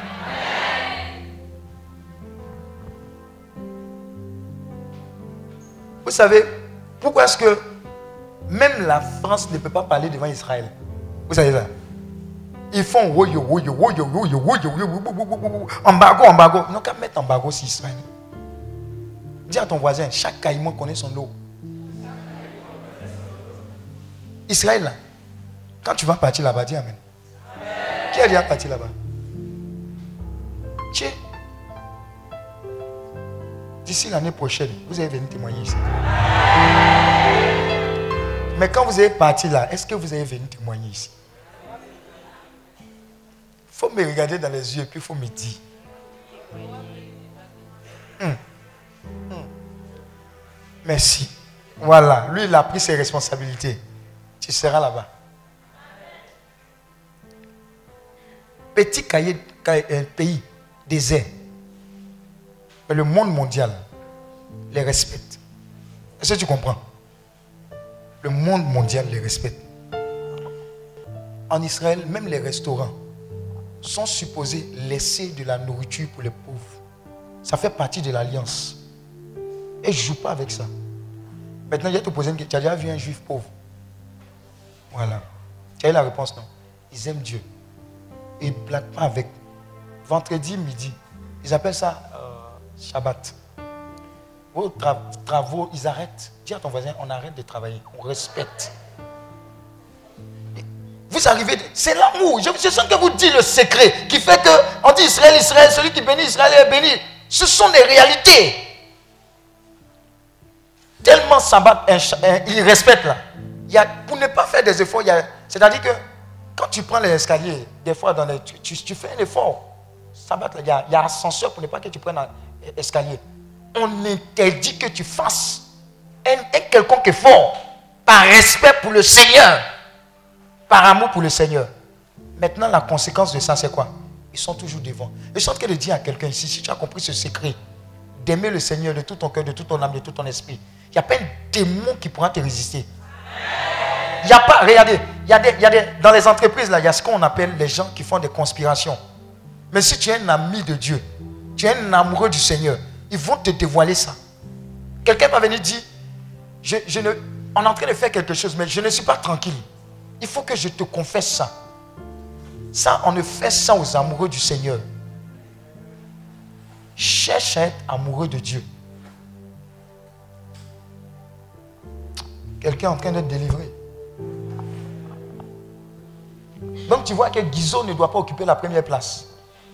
Vous savez, pourquoi est-ce que même la France ne peut pas parler devant Israël? Vous savez ça? Ils font woyo, woyo, woyo, woyo, woyo, woyo, embargo, embargo. Ils n'ont qu'à mettre embargo sur Israël. Dis à ton voisin, chaque caïman connaît son lot. Israël, là, quand tu vas partir là-bas, dis Amen. Amen. Qui a déjà parti là-bas? Tiens. D'ici l'année prochaine, vous allez venir témoigner ici. Mais quand vous allez partir là, est-ce que vous allez venir témoigner ici? Il faut me regarder dans les yeux et puis il faut me dire. Hum. Hum. Merci. Voilà. Lui, il a pris ses responsabilités. Tu seras là-bas. Petit cahier, un pays désert. Mais le monde mondial les respecte. Est-ce que tu comprends? Le monde mondial les respecte. En Israël, même les restaurants sont supposés laisser de la nourriture pour les pauvres. Ça fait partie de l'alliance. Et je ne joue pas avec ça. Maintenant, je vais te poser une question. Tu as déjà vu un juif pauvre? Voilà. Tu as eu la réponse, non? Ils aiment Dieu. Et ils ne blaguent pas avec. Vendredi midi, ils appellent ça euh, Shabbat. Vos tra- travaux, ils arrêtent. Dis à ton voisin, on arrête de travailler. On respecte. Et Vous arrivez, c'est l'amour. Je, je sens que vous dites le secret qui fait que on dit Israël, Israël, celui qui bénit Israël est béni. Ce sont des réalités. Tellement Sabbat, il respecte là. Il y a, pour ne pas faire des efforts, il y a, c'est-à-dire que quand tu prends les escaliers, des fois dans les, tu, tu, tu fais un effort. Sabbat, il y a, il y a ascenseur pour ne pas que tu prennes l'escalier. On interdit que tu fasses un, un quelconque effort par respect pour le Seigneur, par amour pour le Seigneur. Maintenant, la conséquence de ça, c'est quoi? Ils sont toujours devant. Je suis en train de dire à quelqu'un ici, si tu as compris ce secret, d'aimer le Seigneur de tout ton cœur, de toute ton âme, de tout ton esprit, il n'y a pas un démon qui pourra te résister. Il n'y a pas, regardez, il y a des, il y a des, dans les entreprises, là, il y a ce qu'on appelle les gens qui font des conspirations. Mais si tu es un ami de Dieu, tu es un amoureux du Seigneur, ils vont te dévoiler ça. Quelqu'un va venir dire, je, je ne, on est en train de faire quelque chose, mais je ne suis pas tranquille. Il faut que je te confesse ça. Ça, on ne fait ça aux amoureux du Seigneur. Cherche à être amoureux de Dieu. Quelqu'un est en train d'être délivré. Donc tu vois que Guizot ne doit pas occuper la première place.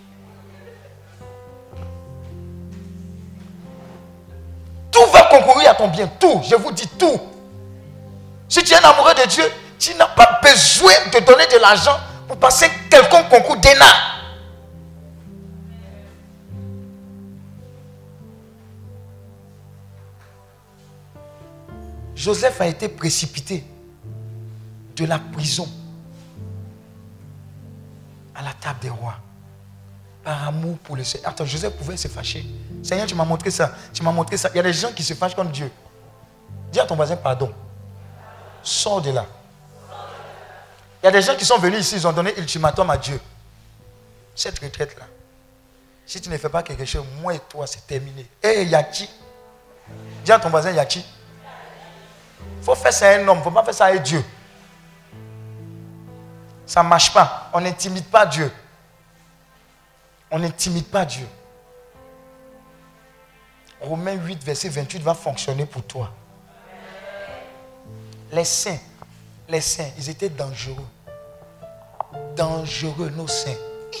Tout va concourir à ton bien. Tout, je vous dis tout. Si tu es un amoureux de Dieu, tu n'as pas besoin de donner de l'argent pour passer quelconque concours d'E N A. Joseph a été précipité de la prison à la table des rois par amour pour le Seigneur. Attends, Joseph pouvait se fâcher. Seigneur, tu m'as montré ça. Tu m'as montré ça. Il y a des gens qui se fâchent contre Dieu. Dis à ton voisin pardon. Sors de là. Il y a des gens qui sont venus ici, ils ont donné ultimatum à Dieu. Cette retraite-là, si tu ne fais pas quelque chose, moi et toi, c'est terminé. Hé, hey, Yaki. Dis à ton voisin Yaki. Il faut faire ça à un homme, il ne faut pas faire ça à Dieu. Ça ne marche pas. On n'intimide pas Dieu. On n'intimide pas Dieu. Romains huit, verset vingt-huit va fonctionner pour toi. Les saints, les saints, ils étaient dangereux. Dangereux, nos saints.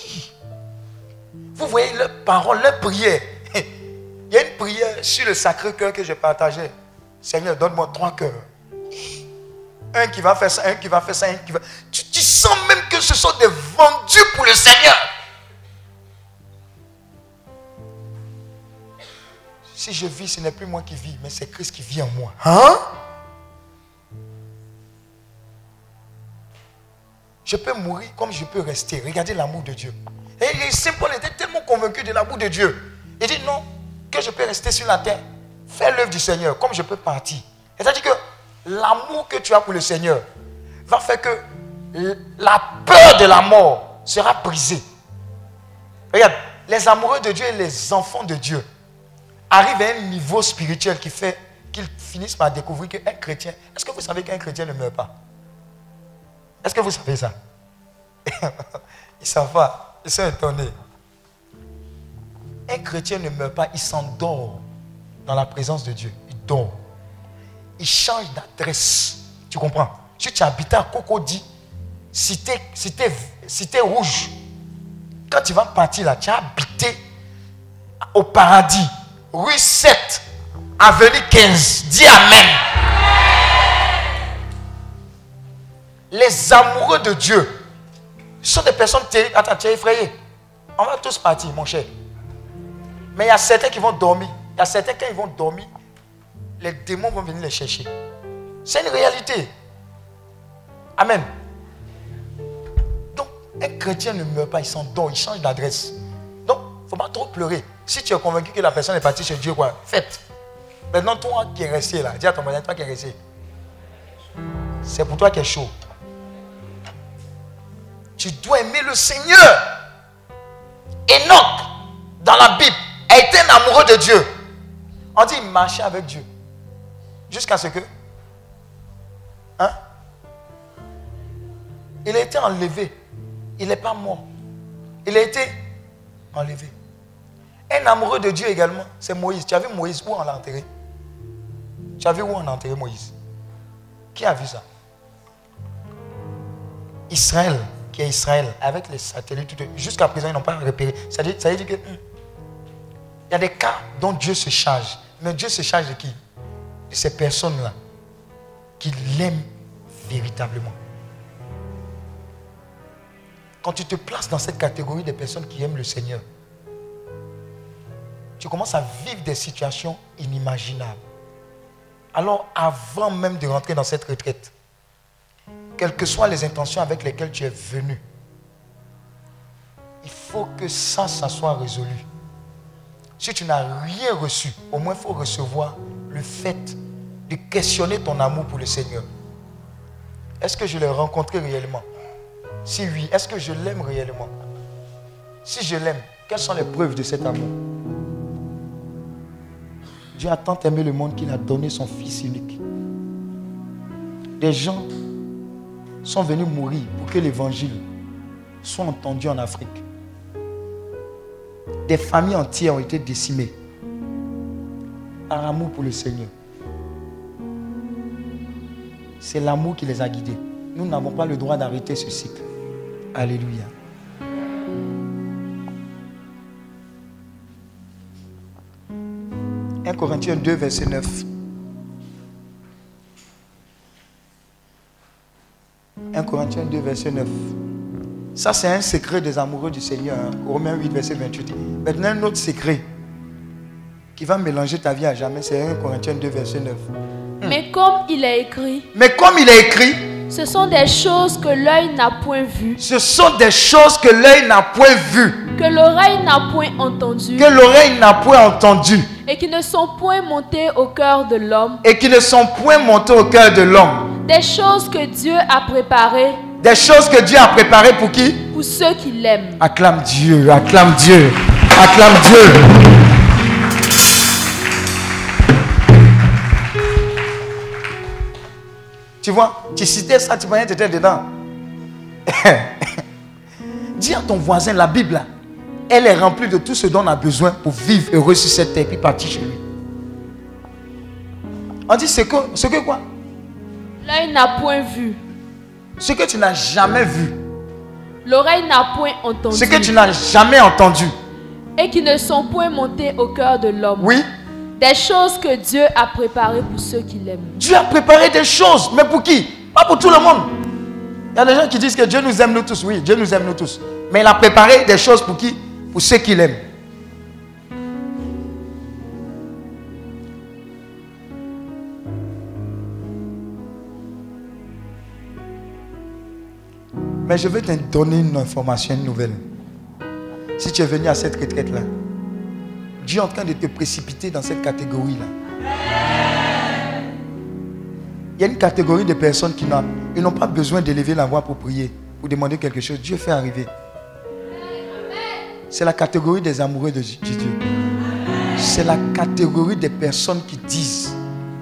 Vous voyez leur parole, leur prière. Il y a une prière sur le Sacré-Cœur que je partageais. Seigneur, donne-moi trois cœurs. Un qui va faire ça, un qui va faire ça, un qui va... Tu, tu sens même que ce sont des vendus pour le Seigneur. Si je vis, ce n'est plus moi qui vis, mais c'est Christ qui vit en moi. Hein? Je peux mourir comme je peux rester. Regardez l'amour de Dieu. Et Saint Paul était tellement convaincu de l'amour de Dieu. Il dit non, que je peux rester sur la terre, faire l'œuvre du Seigneur, comme je peux partir. C'est-à-dire que l'amour que tu as pour le Seigneur va faire que la peur de la mort sera brisée. Regarde, les amoureux de Dieu et les enfants de Dieu arrivent à un niveau spirituel qui fait qu'ils finissent par découvrir qu'un chrétien... Est-ce que vous savez qu'un chrétien ne meurt pas? Est-ce que vous savez ça? Ils ne savent pas. Ils sont étonnés. Un chrétien ne meurt pas, il s'endort dans la présence de Dieu. Il dort. Il change d'adresse. Tu comprends? Si tu habitais à Cocody, cité, cité, cité rouge, quand tu vas partir là, tu as habité au paradis, rue sept, avenue quinze. Dis Amen. Les amoureux de Dieu sont des personnes... Attends, tu es effrayé. On va tous partir, mon cher. Mais il y a certains qui vont dormir. Il y a certains, quand ils vont dormir, les démons vont venir les chercher. C'est une réalité. Amen. Donc, un chrétien ne meurt pas, il s'endort, il change d'adresse. Donc, il ne faut pas trop pleurer. Si tu es convaincu que la personne est partie chez Dieu, quoi, faites. Maintenant, toi qui es resté là, dis à ton voisin, toi qui es resté. C'est pour toi qui est chaud. Tu dois aimer le Seigneur. Enoch, dans la Bible, a été un amoureux de Dieu. On dit il marchait avec Dieu. Jusqu'à ce que... Hein? Il a été enlevé. Il n'est pas mort. Il a été enlevé. Un amoureux de Dieu également, c'est Moïse. Tu as vu Moïse, où on l'a enterré? Tu as vu où on a enterré Moïse? Qui a vu ça? Israël, qui est Israël, avec les satellites, jusqu'à présent, ils n'ont pas repéré. Ça veut dire que hum, il y a des cas dont Dieu se charge. Mais Dieu se charge de qui? De ces personnes-là qui l'aiment véritablement. Quand tu te places dans cette catégorie des personnes qui aiment le Seigneur, tu commences à vivre des situations inimaginables. Alors, avant même de rentrer dans cette retraite, quelles que soient les intentions avec lesquelles tu es venu, il faut que ça, ça soit résolu. Si tu n'as rien reçu, au moins il faut recevoir le fait de questionner ton amour pour le Seigneur. Est-ce que je l'ai rencontré réellement? Si oui, est-ce que je l'aime réellement? Si je l'aime, quelles sont les preuves de cet amour? Dieu a tant aimé le monde qu'il a donné son Fils unique. Des gens sont venus mourir pour que l'évangile soit entendu en Afrique. Des familles entières ont été décimées par amour pour le Seigneur. C'est l'amour qui les a guidés. Nous n'avons pas le droit d'arrêter ce cycle. Alléluia. un Corinthiens deux, verset neuf. un Corinthiens deux, verset neuf. Ça, c'est un secret des amoureux du Seigneur. Hein. Romains huit, verset vingt-huit. Maintenant, un autre secret qui va mélanger ta vie à jamais, c'est un Corinthiens deux, verset neuf. Mais comme il est écrit, Mais comme il est écrit, ce sont des choses que l'œil n'a point vues, ce sont des choses que l'œil n'a point vues, que l'oreille n'a point entendues, que l'oreille n'a point entendues, et qui ne sont point montées au cœur de l'homme, et qui ne sont point montées au cœur de l'homme. des choses que Dieu a préparées Des choses que Dieu a préparées pour qui? pour ceux qui l'aiment. Acclame Dieu, acclame Dieu, acclame Dieu. Tu vois, tu citais ça, tu voyais que tu étais dedans. Dis à ton voisin, la Bible, là, elle est remplie de tout ce dont on a besoin pour vivre heureux sur cette terre, puis partir chez lui. On dit, c'est que, ce que quoi? L'œil n'a point vu, Ce que tu n'as jamais vu, l'oreille n'a point entendu, ce que tu n'as jamais entendu, et qui ne sont point montées au cœur de l'homme. oui, Des choses que Dieu a préparées pour ceux qui l'aiment. Dieu a préparé des choses, mais pour qui? Pas pour tout le monde. Il y a des gens qui disent que Dieu nous aime nous tous. Oui, Dieu nous aime nous tous. Mais il a préparé des choses pour qui? Pour ceux qui l'aiment. Mais je vais te donner une information, une nouvelle. Si tu es venu à cette retraite-là, Dieu est en train de te précipiter dans cette catégorie-là. Il y a une catégorie de personnes qui n'ont, ils n'ont pas besoin d'élever la voix pour prier, pour demander quelque chose. Dieu fait arriver. C'est la catégorie des amoureux de Dieu. C'est la catégorie des personnes qui disent: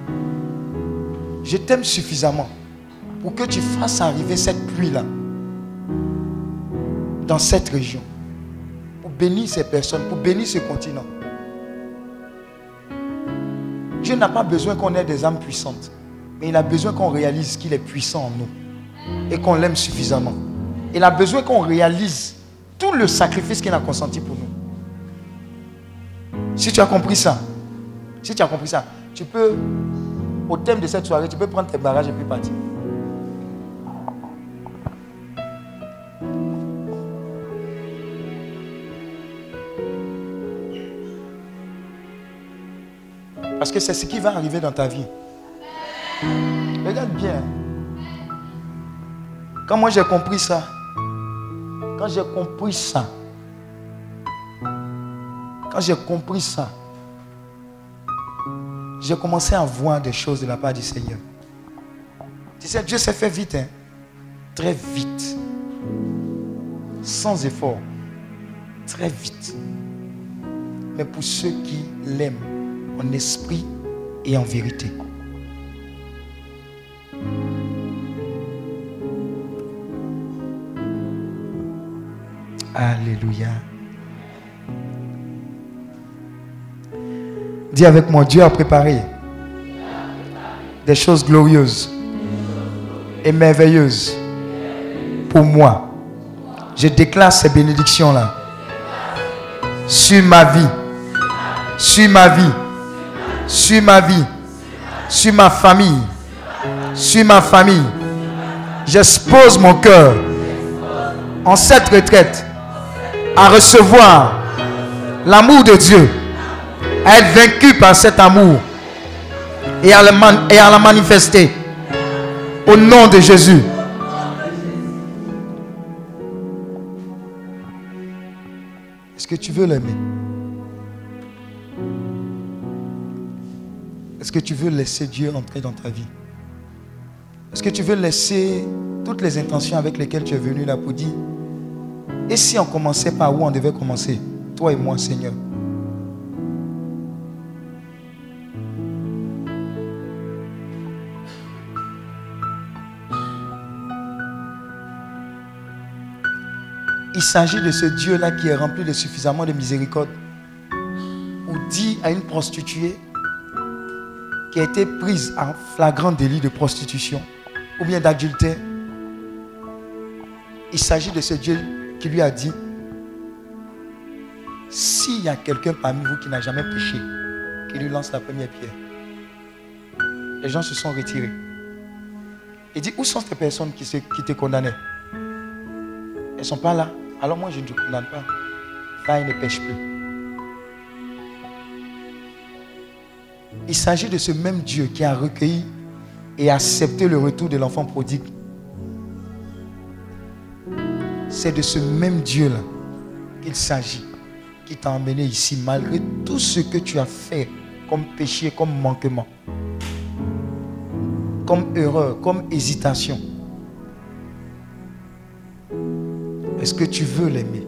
je t'aime suffisamment pour que tu fasses arriver cette pluie-là dans cette région, pour bénir ces personnes, pour bénir ce continent. Dieu n'a pas besoin qu'on ait des âmes puissantes, mais il a besoin qu'on réalise qu'il est puissant en nous et qu'on l'aime suffisamment. Il a besoin qu'on réalise tout le sacrifice qu'il a consenti pour nous. Si tu as compris ça, si tu as compris ça, tu peux, au thème de cette soirée, tu peux prendre tes bagages et puis partir. Parce que c'est ce qui va arriver dans ta vie. Regarde bien. Quand moi j'ai compris ça, quand j'ai compris ça, quand j'ai compris ça, j'ai commencé à voir des choses de la part du Seigneur. Tu sais, Dieu s'est fait vite, hein? Très vite. Sans effort. Très vite. Mais pour ceux qui l'aiment, en esprit et en vérité. Alléluia. Dis avec moi, Dieu a préparé des choses glorieuses et merveilleuses pour moi. Je déclare ces bénédictions-là sur ma vie, sur ma vie, sur ma vie, sur ma famille, sur ma famille. J'expose mon cœur en cette retraite à recevoir l'amour de Dieu, à être vaincu par cet amour et à, le man- et à la manifester au nom de Jésus. Est-ce que tu veux l'aimer? Est-ce que tu veux laisser Dieu entrer dans ta vie? Est-ce que tu veux laisser toutes les intentions avec lesquelles tu es venu là pour dire, et si on commençait par où on devait commencer? Toi et moi, Seigneur. Il s'agit de ce Dieu-là qui est rempli de suffisamment de miséricorde, ou dit à une prostituée qui a été prise en flagrant délit de prostitution ou bien d'adultère. Il s'agit de ce Dieu qui lui a dit, s'il y a quelqu'un parmi vous qui n'a jamais péché, qui lui lance la première pierre. Les gens se sont retirés. Il dit, où sont ces personnes qui, se, qui te condamnaient? Elles ne sont pas là. Alors moi je ne te condamne pas. Va et ne pêche plus. Il s'agit de ce même Dieu qui a recueilli et accepté le retour de l'enfant prodigue. C'est de ce même Dieu-là qu'il s'agit, qui t'a emmené ici malgré tout ce que tu as fait comme péché, comme manquement, comme erreur, comme hésitation. Est-ce que tu veux l'aimer?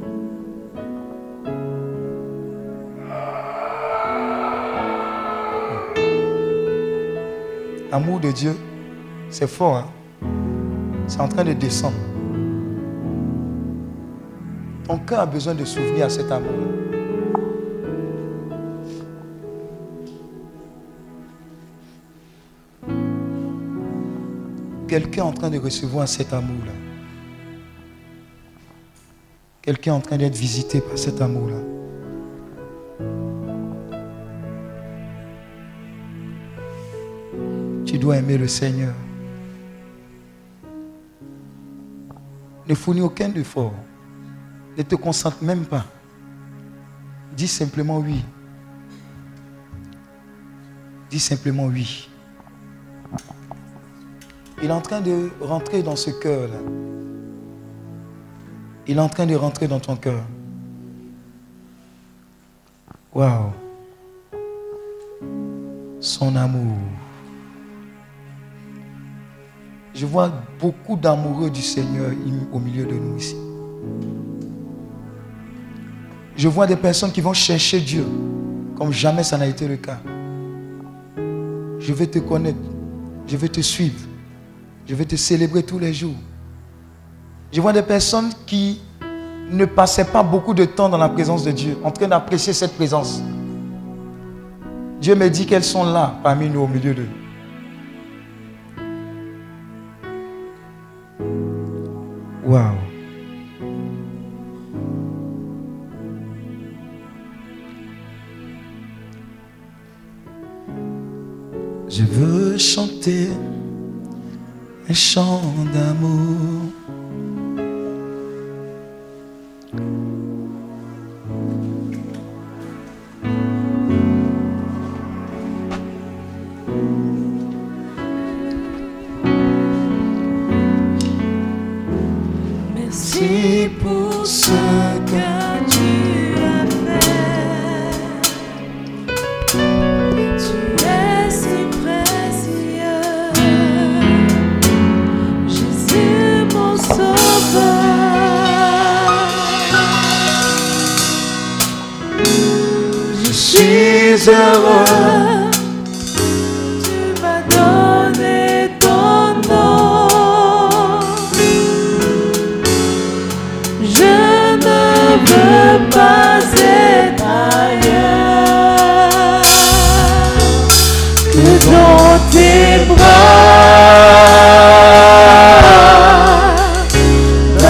L'amour de Dieu, c'est fort, hein? C'est en train de descendre. Ton cœur a besoin de s'ouvrir à cet amour. Quelqu'un est en train de recevoir cet amour-là. Quelqu'un est en train d'être visité par cet amour-là. Tu dois aimer le Seigneur. Ne fournis aucun effort. Ne te concentre même pas. Dis simplement oui. Dis simplement oui. Il est en train de rentrer dans ce cœur-là. Il est en train de rentrer dans ton cœur. Waouh. Son amour. Je vois beaucoup d'amoureux du Seigneur au milieu de nous ici. Je vois des personnes qui vont chercher Dieu comme jamais ça n'a été le cas. Je vais te connaître. Je vais te suivre. Je vais te célébrer tous les jours. Je vois des personnes qui ne passaient pas beaucoup de temps dans la présence de Dieu, en train d'apprécier cette présence. Dieu me dit qu'elles sont là, parmi nous, au milieu d'eux. Waouh. Je veux chanter un chant d'amour. Merci pour ce que tu as fait. Tu es si précieux, Jésus mon sauveur. Je suis heureux, tu m'as donné ton nom. Je ne veux pas être ailleurs que dans tes bras,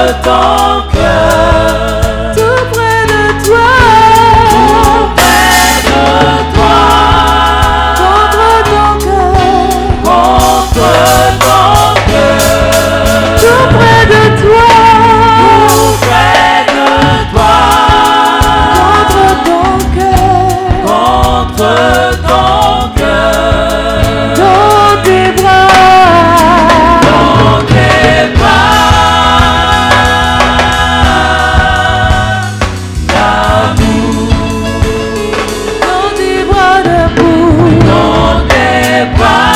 ton cœur. Tout près de toi. Tout près de toi. Contre ton cœur. Contre ton cœur. Tout près de toi. Tout près de toi. Contre ton cœur. Contre ton cœur. Dans tes bras. Dans tes bras d'amour. Dans tes bras d'amour. Dans tes bras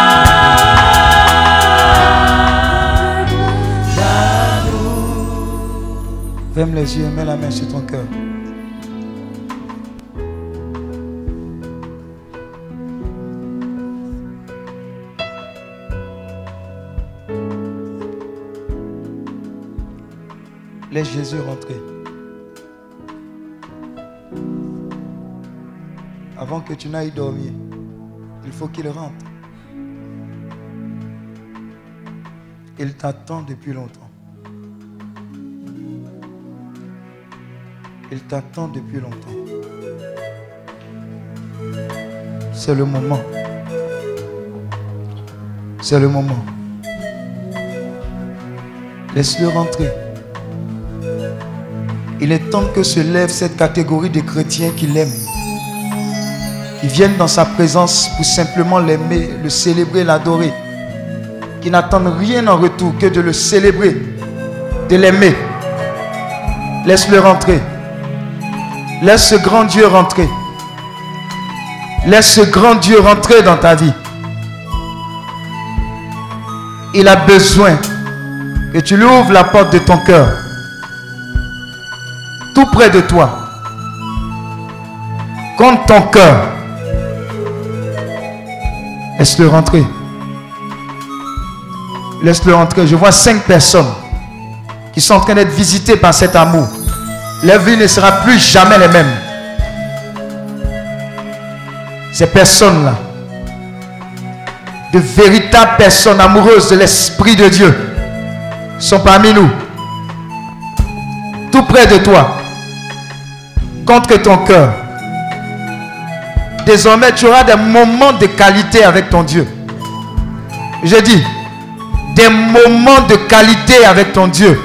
d'amour. Ferme les yeux, mets la main sur ton cœur. Laisse Jésus rentrer. Avant que tu n'ailles dormir, il faut qu'il rentre. Il t'attend depuis longtemps. Il t'attend depuis longtemps. C'est le moment. C'est le moment. Laisse-le rentrer. Il est temps que se lève cette catégorie de chrétiens qui l'aiment. Qui viennent dans sa présence pour simplement l'aimer, le célébrer, l'adorer. Qui n'attendent rien en retour que de le célébrer, de l'aimer. Laisse-le rentrer. Laisse ce grand Dieu rentrer. Laisse ce grand Dieu rentrer dans ta vie. Il a besoin que tu lui ouvres la porte de ton cœur. Tout près de toi. Contre ton cœur. Laisse-le rentrer. Laisse-le rentrer. Je vois cinq personnes qui sont en train d'être visitées par cet amour. Leur vie ne sera plus jamais les mêmes. Ces personnes-là, de véritables personnes amoureuses de l'Esprit de Dieu, sont parmi nous. Tout près de toi. Contre ton cœur. Désormais, tu auras des moments de qualité avec ton Dieu. Je dis, des moments de qualité avec ton Dieu.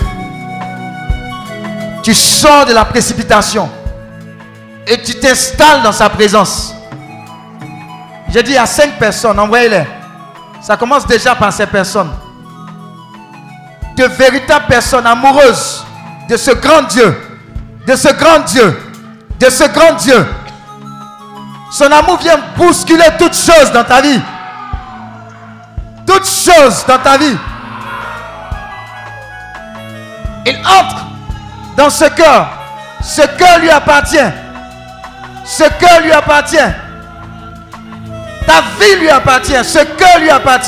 Tu sors de la précipitation et tu t'installes dans sa présence. Je dis à cinq personnes, envoyez-les. Ça commence déjà par ces personnes. De véritables personnes amoureuses de ce grand Dieu. De ce grand Dieu. De ce grand Dieu. Son amour vient bousculer toutes choses dans ta vie. Toutes choses dans ta vie. Il entre dans ce cœur. Ce cœur lui appartient. Ce cœur lui appartient. Ta vie lui appartient. Ce cœur lui appartient.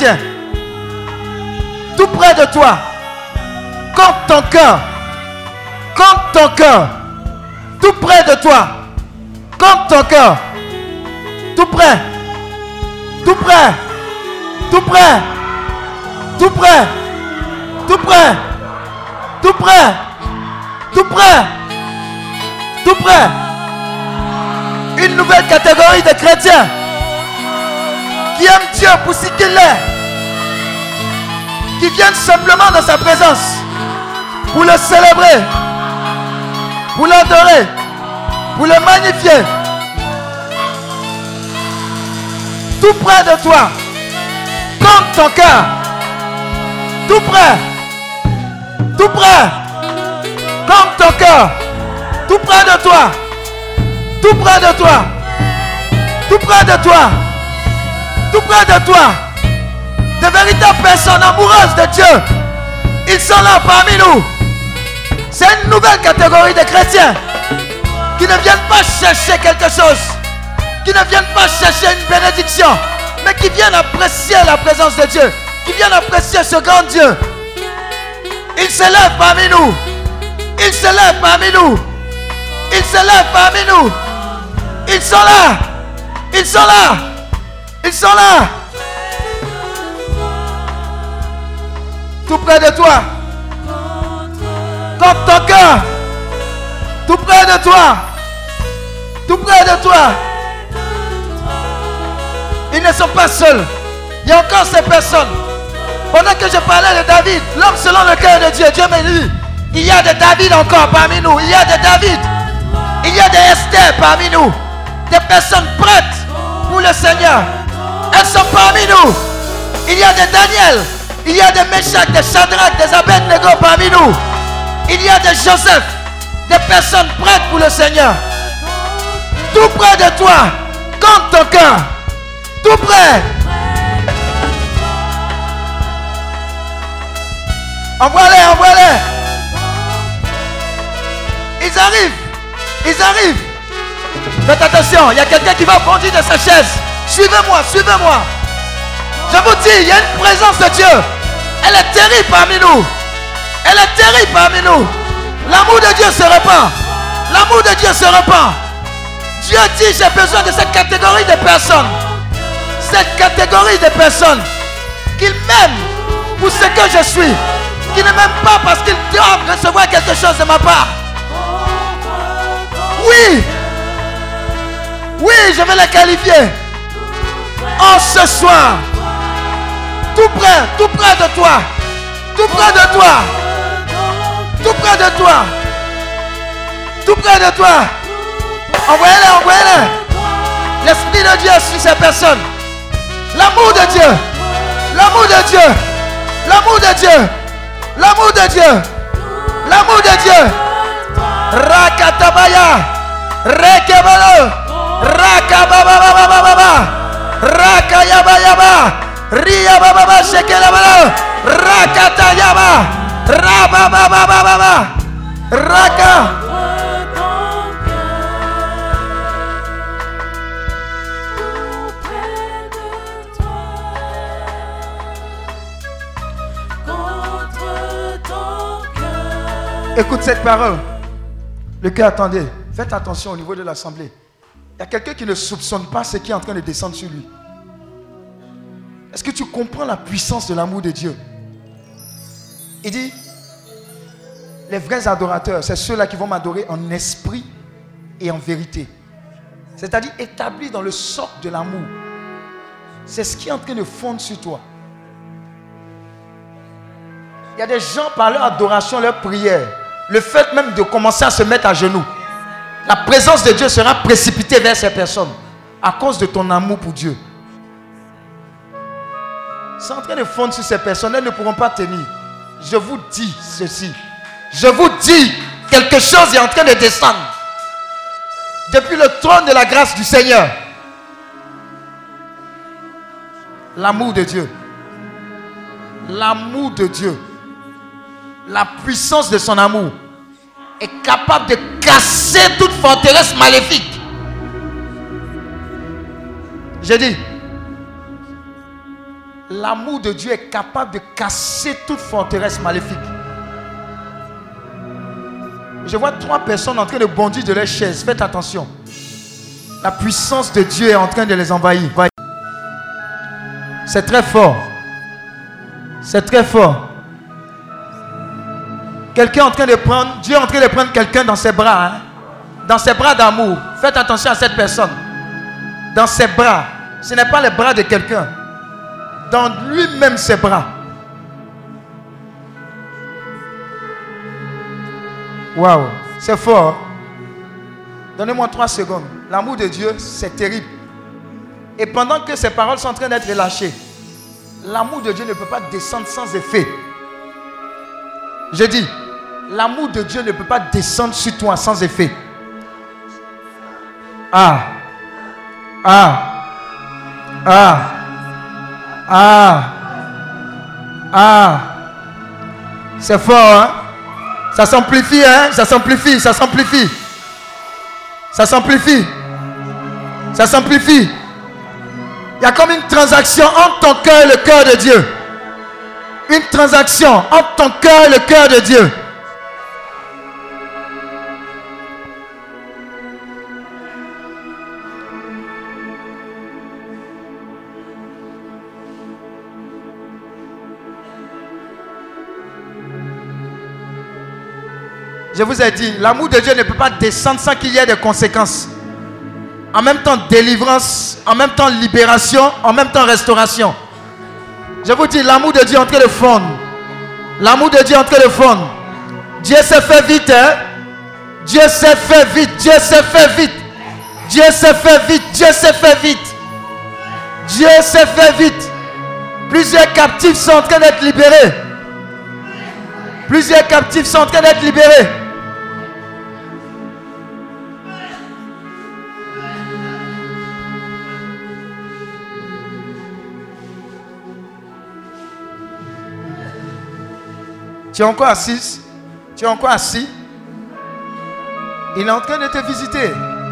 Tout près de toi. Contre ton cœur. Contre ton cœur. Tout près de toi. Contre ton cœur. Tout près. Tout près. Tout près. Tout près. Tout près. Tout près. Tout près. Tout près. Une nouvelle catégorie de chrétiens qui aiment Dieu pour ce qu'il est. Qui viennent simplement dans sa présence pour le célébrer, pour l'adorer, pour le magnifier. Tout près de toi. Contre ton cœur. Tout près. Tout près. Contre ton cœur. Tout près de toi. Tout près de toi. Tout près de toi. Tout près de toi. De véritables personnes amoureuses de Dieu. Ils sont là parmi nous. C'est une nouvelle catégorie de chrétiens qui ne viennent pas chercher quelque chose, qui ne viennent pas chercher une bénédiction, mais qui viennent apprécier la présence de Dieu, qui viennent apprécier ce grand Dieu. Ils se lèvent parmi nous. Ils se lèvent parmi nous. Ils se lèvent parmi nous. Ils sont là. Ils sont là. Ils sont là. Tout près de toi. Contre ton cœur. Tout près de toi. Tout près de toi. Ils ne sont pas seuls. Il y a encore ces personnes. Pendant que je parlais de David, l'homme selon le cœur de Dieu, Dieu m'a dit, il y a des David encore parmi nous. Il y a des David. Il y a des Esther parmi nous. Des personnes prêtes pour le Seigneur. Elles sont parmi nous. Il y a des Daniel. Il y a des Meshach, des Shadrach, des Abednego parmi nous. Il y a des Joseph. Des personnes prêtes pour le Seigneur. Tout près de toi. Contre ton cœur. Tout près. Envoie-les, envoie-les. Ils arrivent. Ils arrivent. Faites attention, il y a quelqu'un qui va bondir de sa chaise. Suivez-moi, suivez-moi. Je vous dis, il y a une présence de Dieu. Elle est terrible parmi nous. Elle est terrible parmi nous. L'amour de Dieu se répand. L'amour de Dieu se répand. Dieu dit, j'ai besoin de cette catégorie de personnes. Cette catégorie de personnes qu'il m'aime pour ce que je suis. Qui ne m'aiment pas parce qu'ils doivent recevoir quelque chose de ma part. Oui. Oui, je vais les qualifier. Oh, ce soir. Tout près, tout près de toi. Tout près de toi. Tout près de toi. Tout près de toi. Envoyez-les, envoyez-les. L'Esprit de Dieu sur ces personnes. L'amour de Dieu. L'amour de Dieu. L'amour de Dieu. L'amour de Dieu. L'amour de Dieu. Rakatabaya. Rekebalo. Rakabababababa. Rakayabayaba. Riyabababa shekelabalo. Rakatayaba. Rabababababa. Raka. Écoute cette parole. Le cœur, attendez. Faites attention au niveau de l'assemblée. Il y a quelqu'un qui ne soupçonne pas ce qui est en train de descendre sur lui. Est-ce que tu comprends la puissance de l'amour de Dieu? Il dit, les vrais adorateurs, c'est ceux-là qui vont m'adorer en esprit et en vérité. C'est-à-dire établis dans le socle de l'amour. C'est ce qui est en train de fondre sur toi. Il y a des gens par leur adoration, leur prière, le fait même de commencer à se mettre à genoux, la présence de Dieu sera précipitée vers ces personnes à cause de ton amour pour Dieu. C'est en train de fondre sur ces personnes, elles ne pourront pas tenir. Je vous dis ceci. Je vous dis, quelque chose est en train de descendre depuis le trône de la grâce du Seigneur. L'amour de Dieu. L'amour de Dieu. La puissance de son amour est capable de casser toute forteresse maléfique. J'ai dit, l'amour de Dieu est capable de casser toute forteresse maléfique. Je vois trois personnes en train de bondir de leur chaise. Faites attention. La puissance de Dieu est en train de les envahir. C'est très fort. C'est très fort. Quelqu'un est en train de prendre, Dieu est en train de prendre quelqu'un dans ses bras, hein? Dans ses bras d'amour. Faites attention à cette personne. Dans ses bras. Ce n'est pas les bras de quelqu'un. Dans lui-même ses bras. Waouh, c'est fort. Donnez-moi trois secondes. L'amour de Dieu, c'est terrible. Et pendant que ces paroles sont en train d'être relâchées, l'amour de Dieu ne peut pas descendre sans effet. Je dis, l'amour de Dieu ne peut pas descendre sur toi sans effet. Ah. Ah. Ah. Ah. Ah. C'est fort, hein? Ça s'amplifie, hein? Ça s'amplifie, ça s'amplifie. Ça s'amplifie. Ça s'amplifie. Il y a comme une transaction entre ton cœur et le cœur de Dieu. Une transaction entre ton cœur et le cœur de Dieu. Je vous ai dit, l'amour de Dieu ne peut pas descendre sans qu'il y ait des conséquences. En même temps délivrance, en même temps libération, en même temps restauration. Je vous dis, l'amour de Dieu est en train de fondre. L'amour de Dieu est en train de fondre. Dieu s'est fait vite, hein? Dieu s'est fait vite, Dieu s'est fait vite. Dieu s'est fait vite, Dieu s'est fait vite. Dieu s'est fait vite. Plusieurs captifs sont en train d'être libérés. Plusieurs captifs sont en train d'être libérés. Tu es encore assis? Tu es encore assis? Il est en train de te visiter.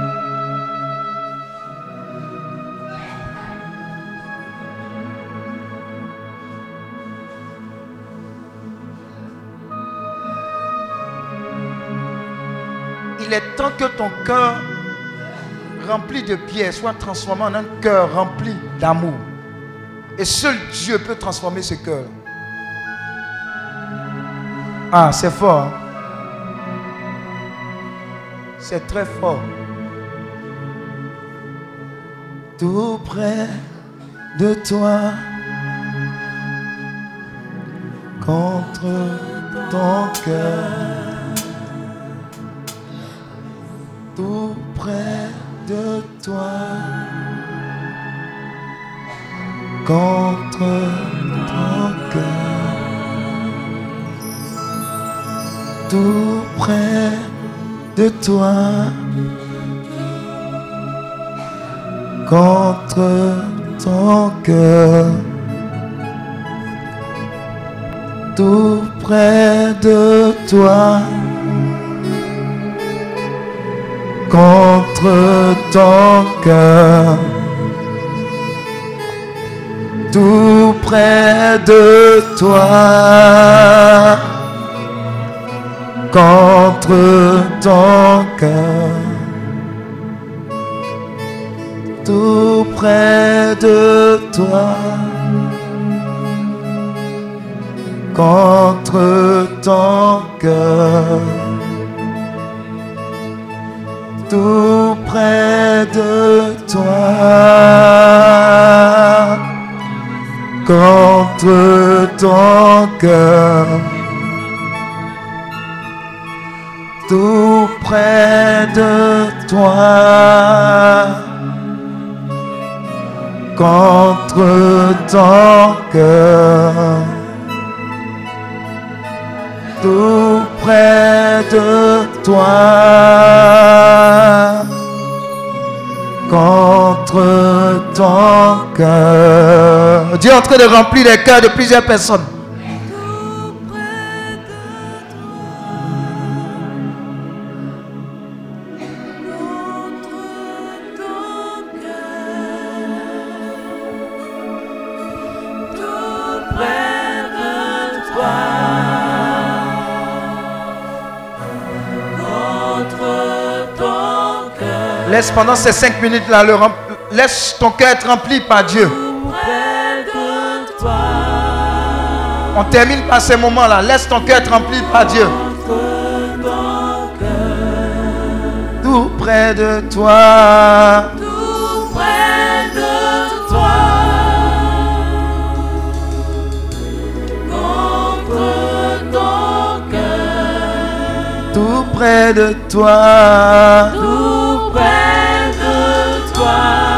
Il est temps que ton cœur rempli de pierre soit transformé en un cœur rempli d'amour. Et seul Dieu peut transformer ce cœur. Ah, c'est fort. C'est très fort. Tout près de toi, contre ton cœur. Tout près de toi, contre ton cœur. Tout près de toi, contre ton cœur. Tout près de toi, contre ton cœur. Tout près de toi, contre ton cœur. Tout près de toi, contre ton cœur. Tout près de toi, contre ton cœur. Tout près de toi, contre ton cœur. Tout près de toi, contre ton cœur. Dieu est en train de remplir les cœurs de plusieurs personnes. Laisse pendant ces cinq minutes-là, le rem... laisse ton cœur être rempli par Dieu. On termine par ces moments-là. Laisse ton cœur être rempli par Dieu. Tout près de toi. Tout près de toi. Contre ton cœur. Tout près de toi. Tout près de toi.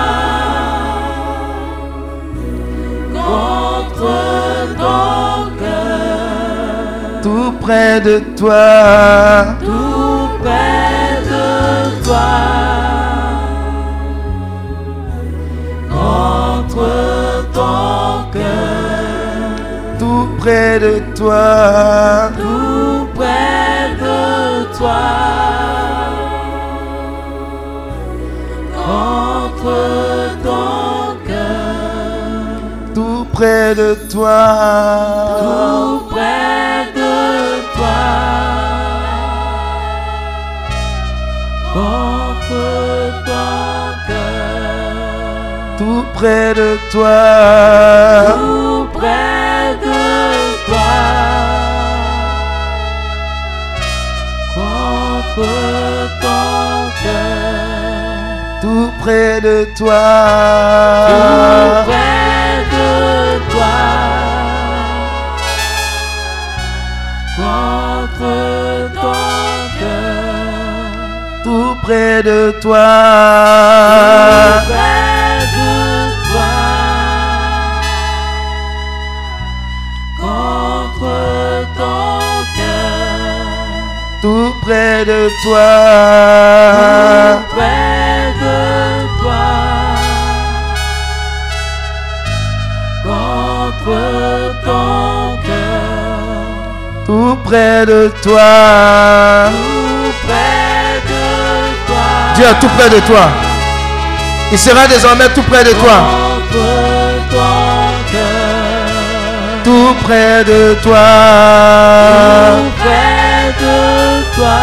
Contre ton cœur. Tout près de toi. Tout près de toi. Contre ton cœur. Tout près de toi. Tout près de toi. Contre ton cœur. Tout près de toi. Tout près de toi. Contre ton cœur. Tout près de toi. Tout près de toi. contre ton cœur. Tout près de toi. Tout près de toi. Contre ton cœur. Tout près de toi. Tout près de toi. Contre ton cœur. Tout près de toi. Tout près de toi. Contre ton cœur. Tout près de toi. Tout près de toi. Dieu est tout près de toi. Il sera désormais tout près de toi. Contre ton cœur. Tout près de toi. Tout près de toi.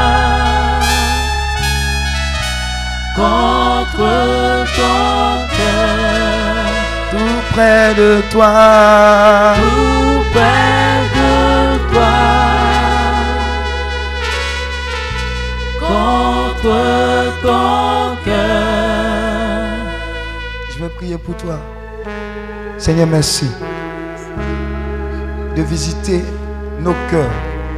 Contre ton cœur. Tout près de toi. Tout près de toi. Contre ton cœur. Je vais prier pour toi. Seigneur, merci de visiter nos cœurs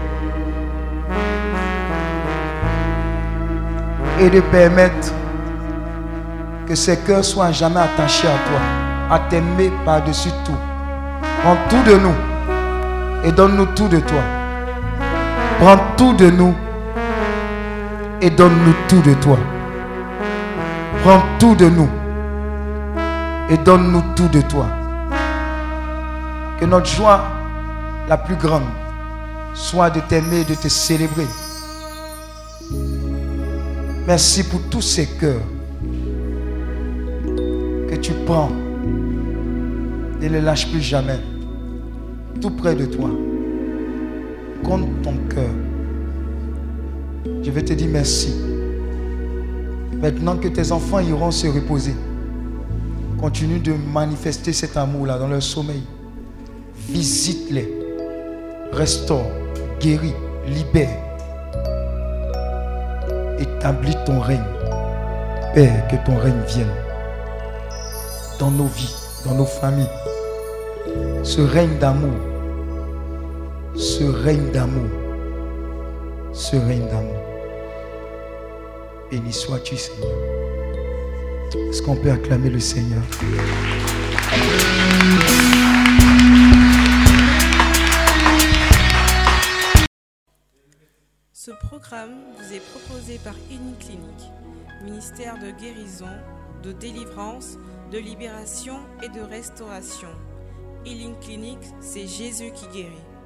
et de permettre que ces cœurs soient jamais attachés à toi, à t'aimer par-dessus tout. Prends tout de nous et donne-nous tout de toi. Prends tout de nous et donne-nous tout de toi. Prends tout de nous et donne-nous tout de toi. Que notre joie la plus grande soit de t'aimer et de te célébrer. Merci pour tous ces cœurs que tu prends. Ne les lâche plus jamais. Tout près de toi. Compte ton cœur. Je vais te dire merci. Maintenant que tes enfants iront se reposer, continue de manifester cet amour-là dans leur sommeil. Visite-les. Restaure, guéris, libère. Établis ton règne. Père, que ton règne vienne dans nos vies, dans nos familles. Ce règne d'amour. Ce règne d'amour. Ce règne d'amour. Béni sois-tu, Seigneur. Est-ce qu'on peut acclamer le Seigneur? Ce programme vous est proposé par Uniclinique, ministère de guérison, de délivrance, de libération et de restauration. Healing Clinic, c'est Jésus qui guérit.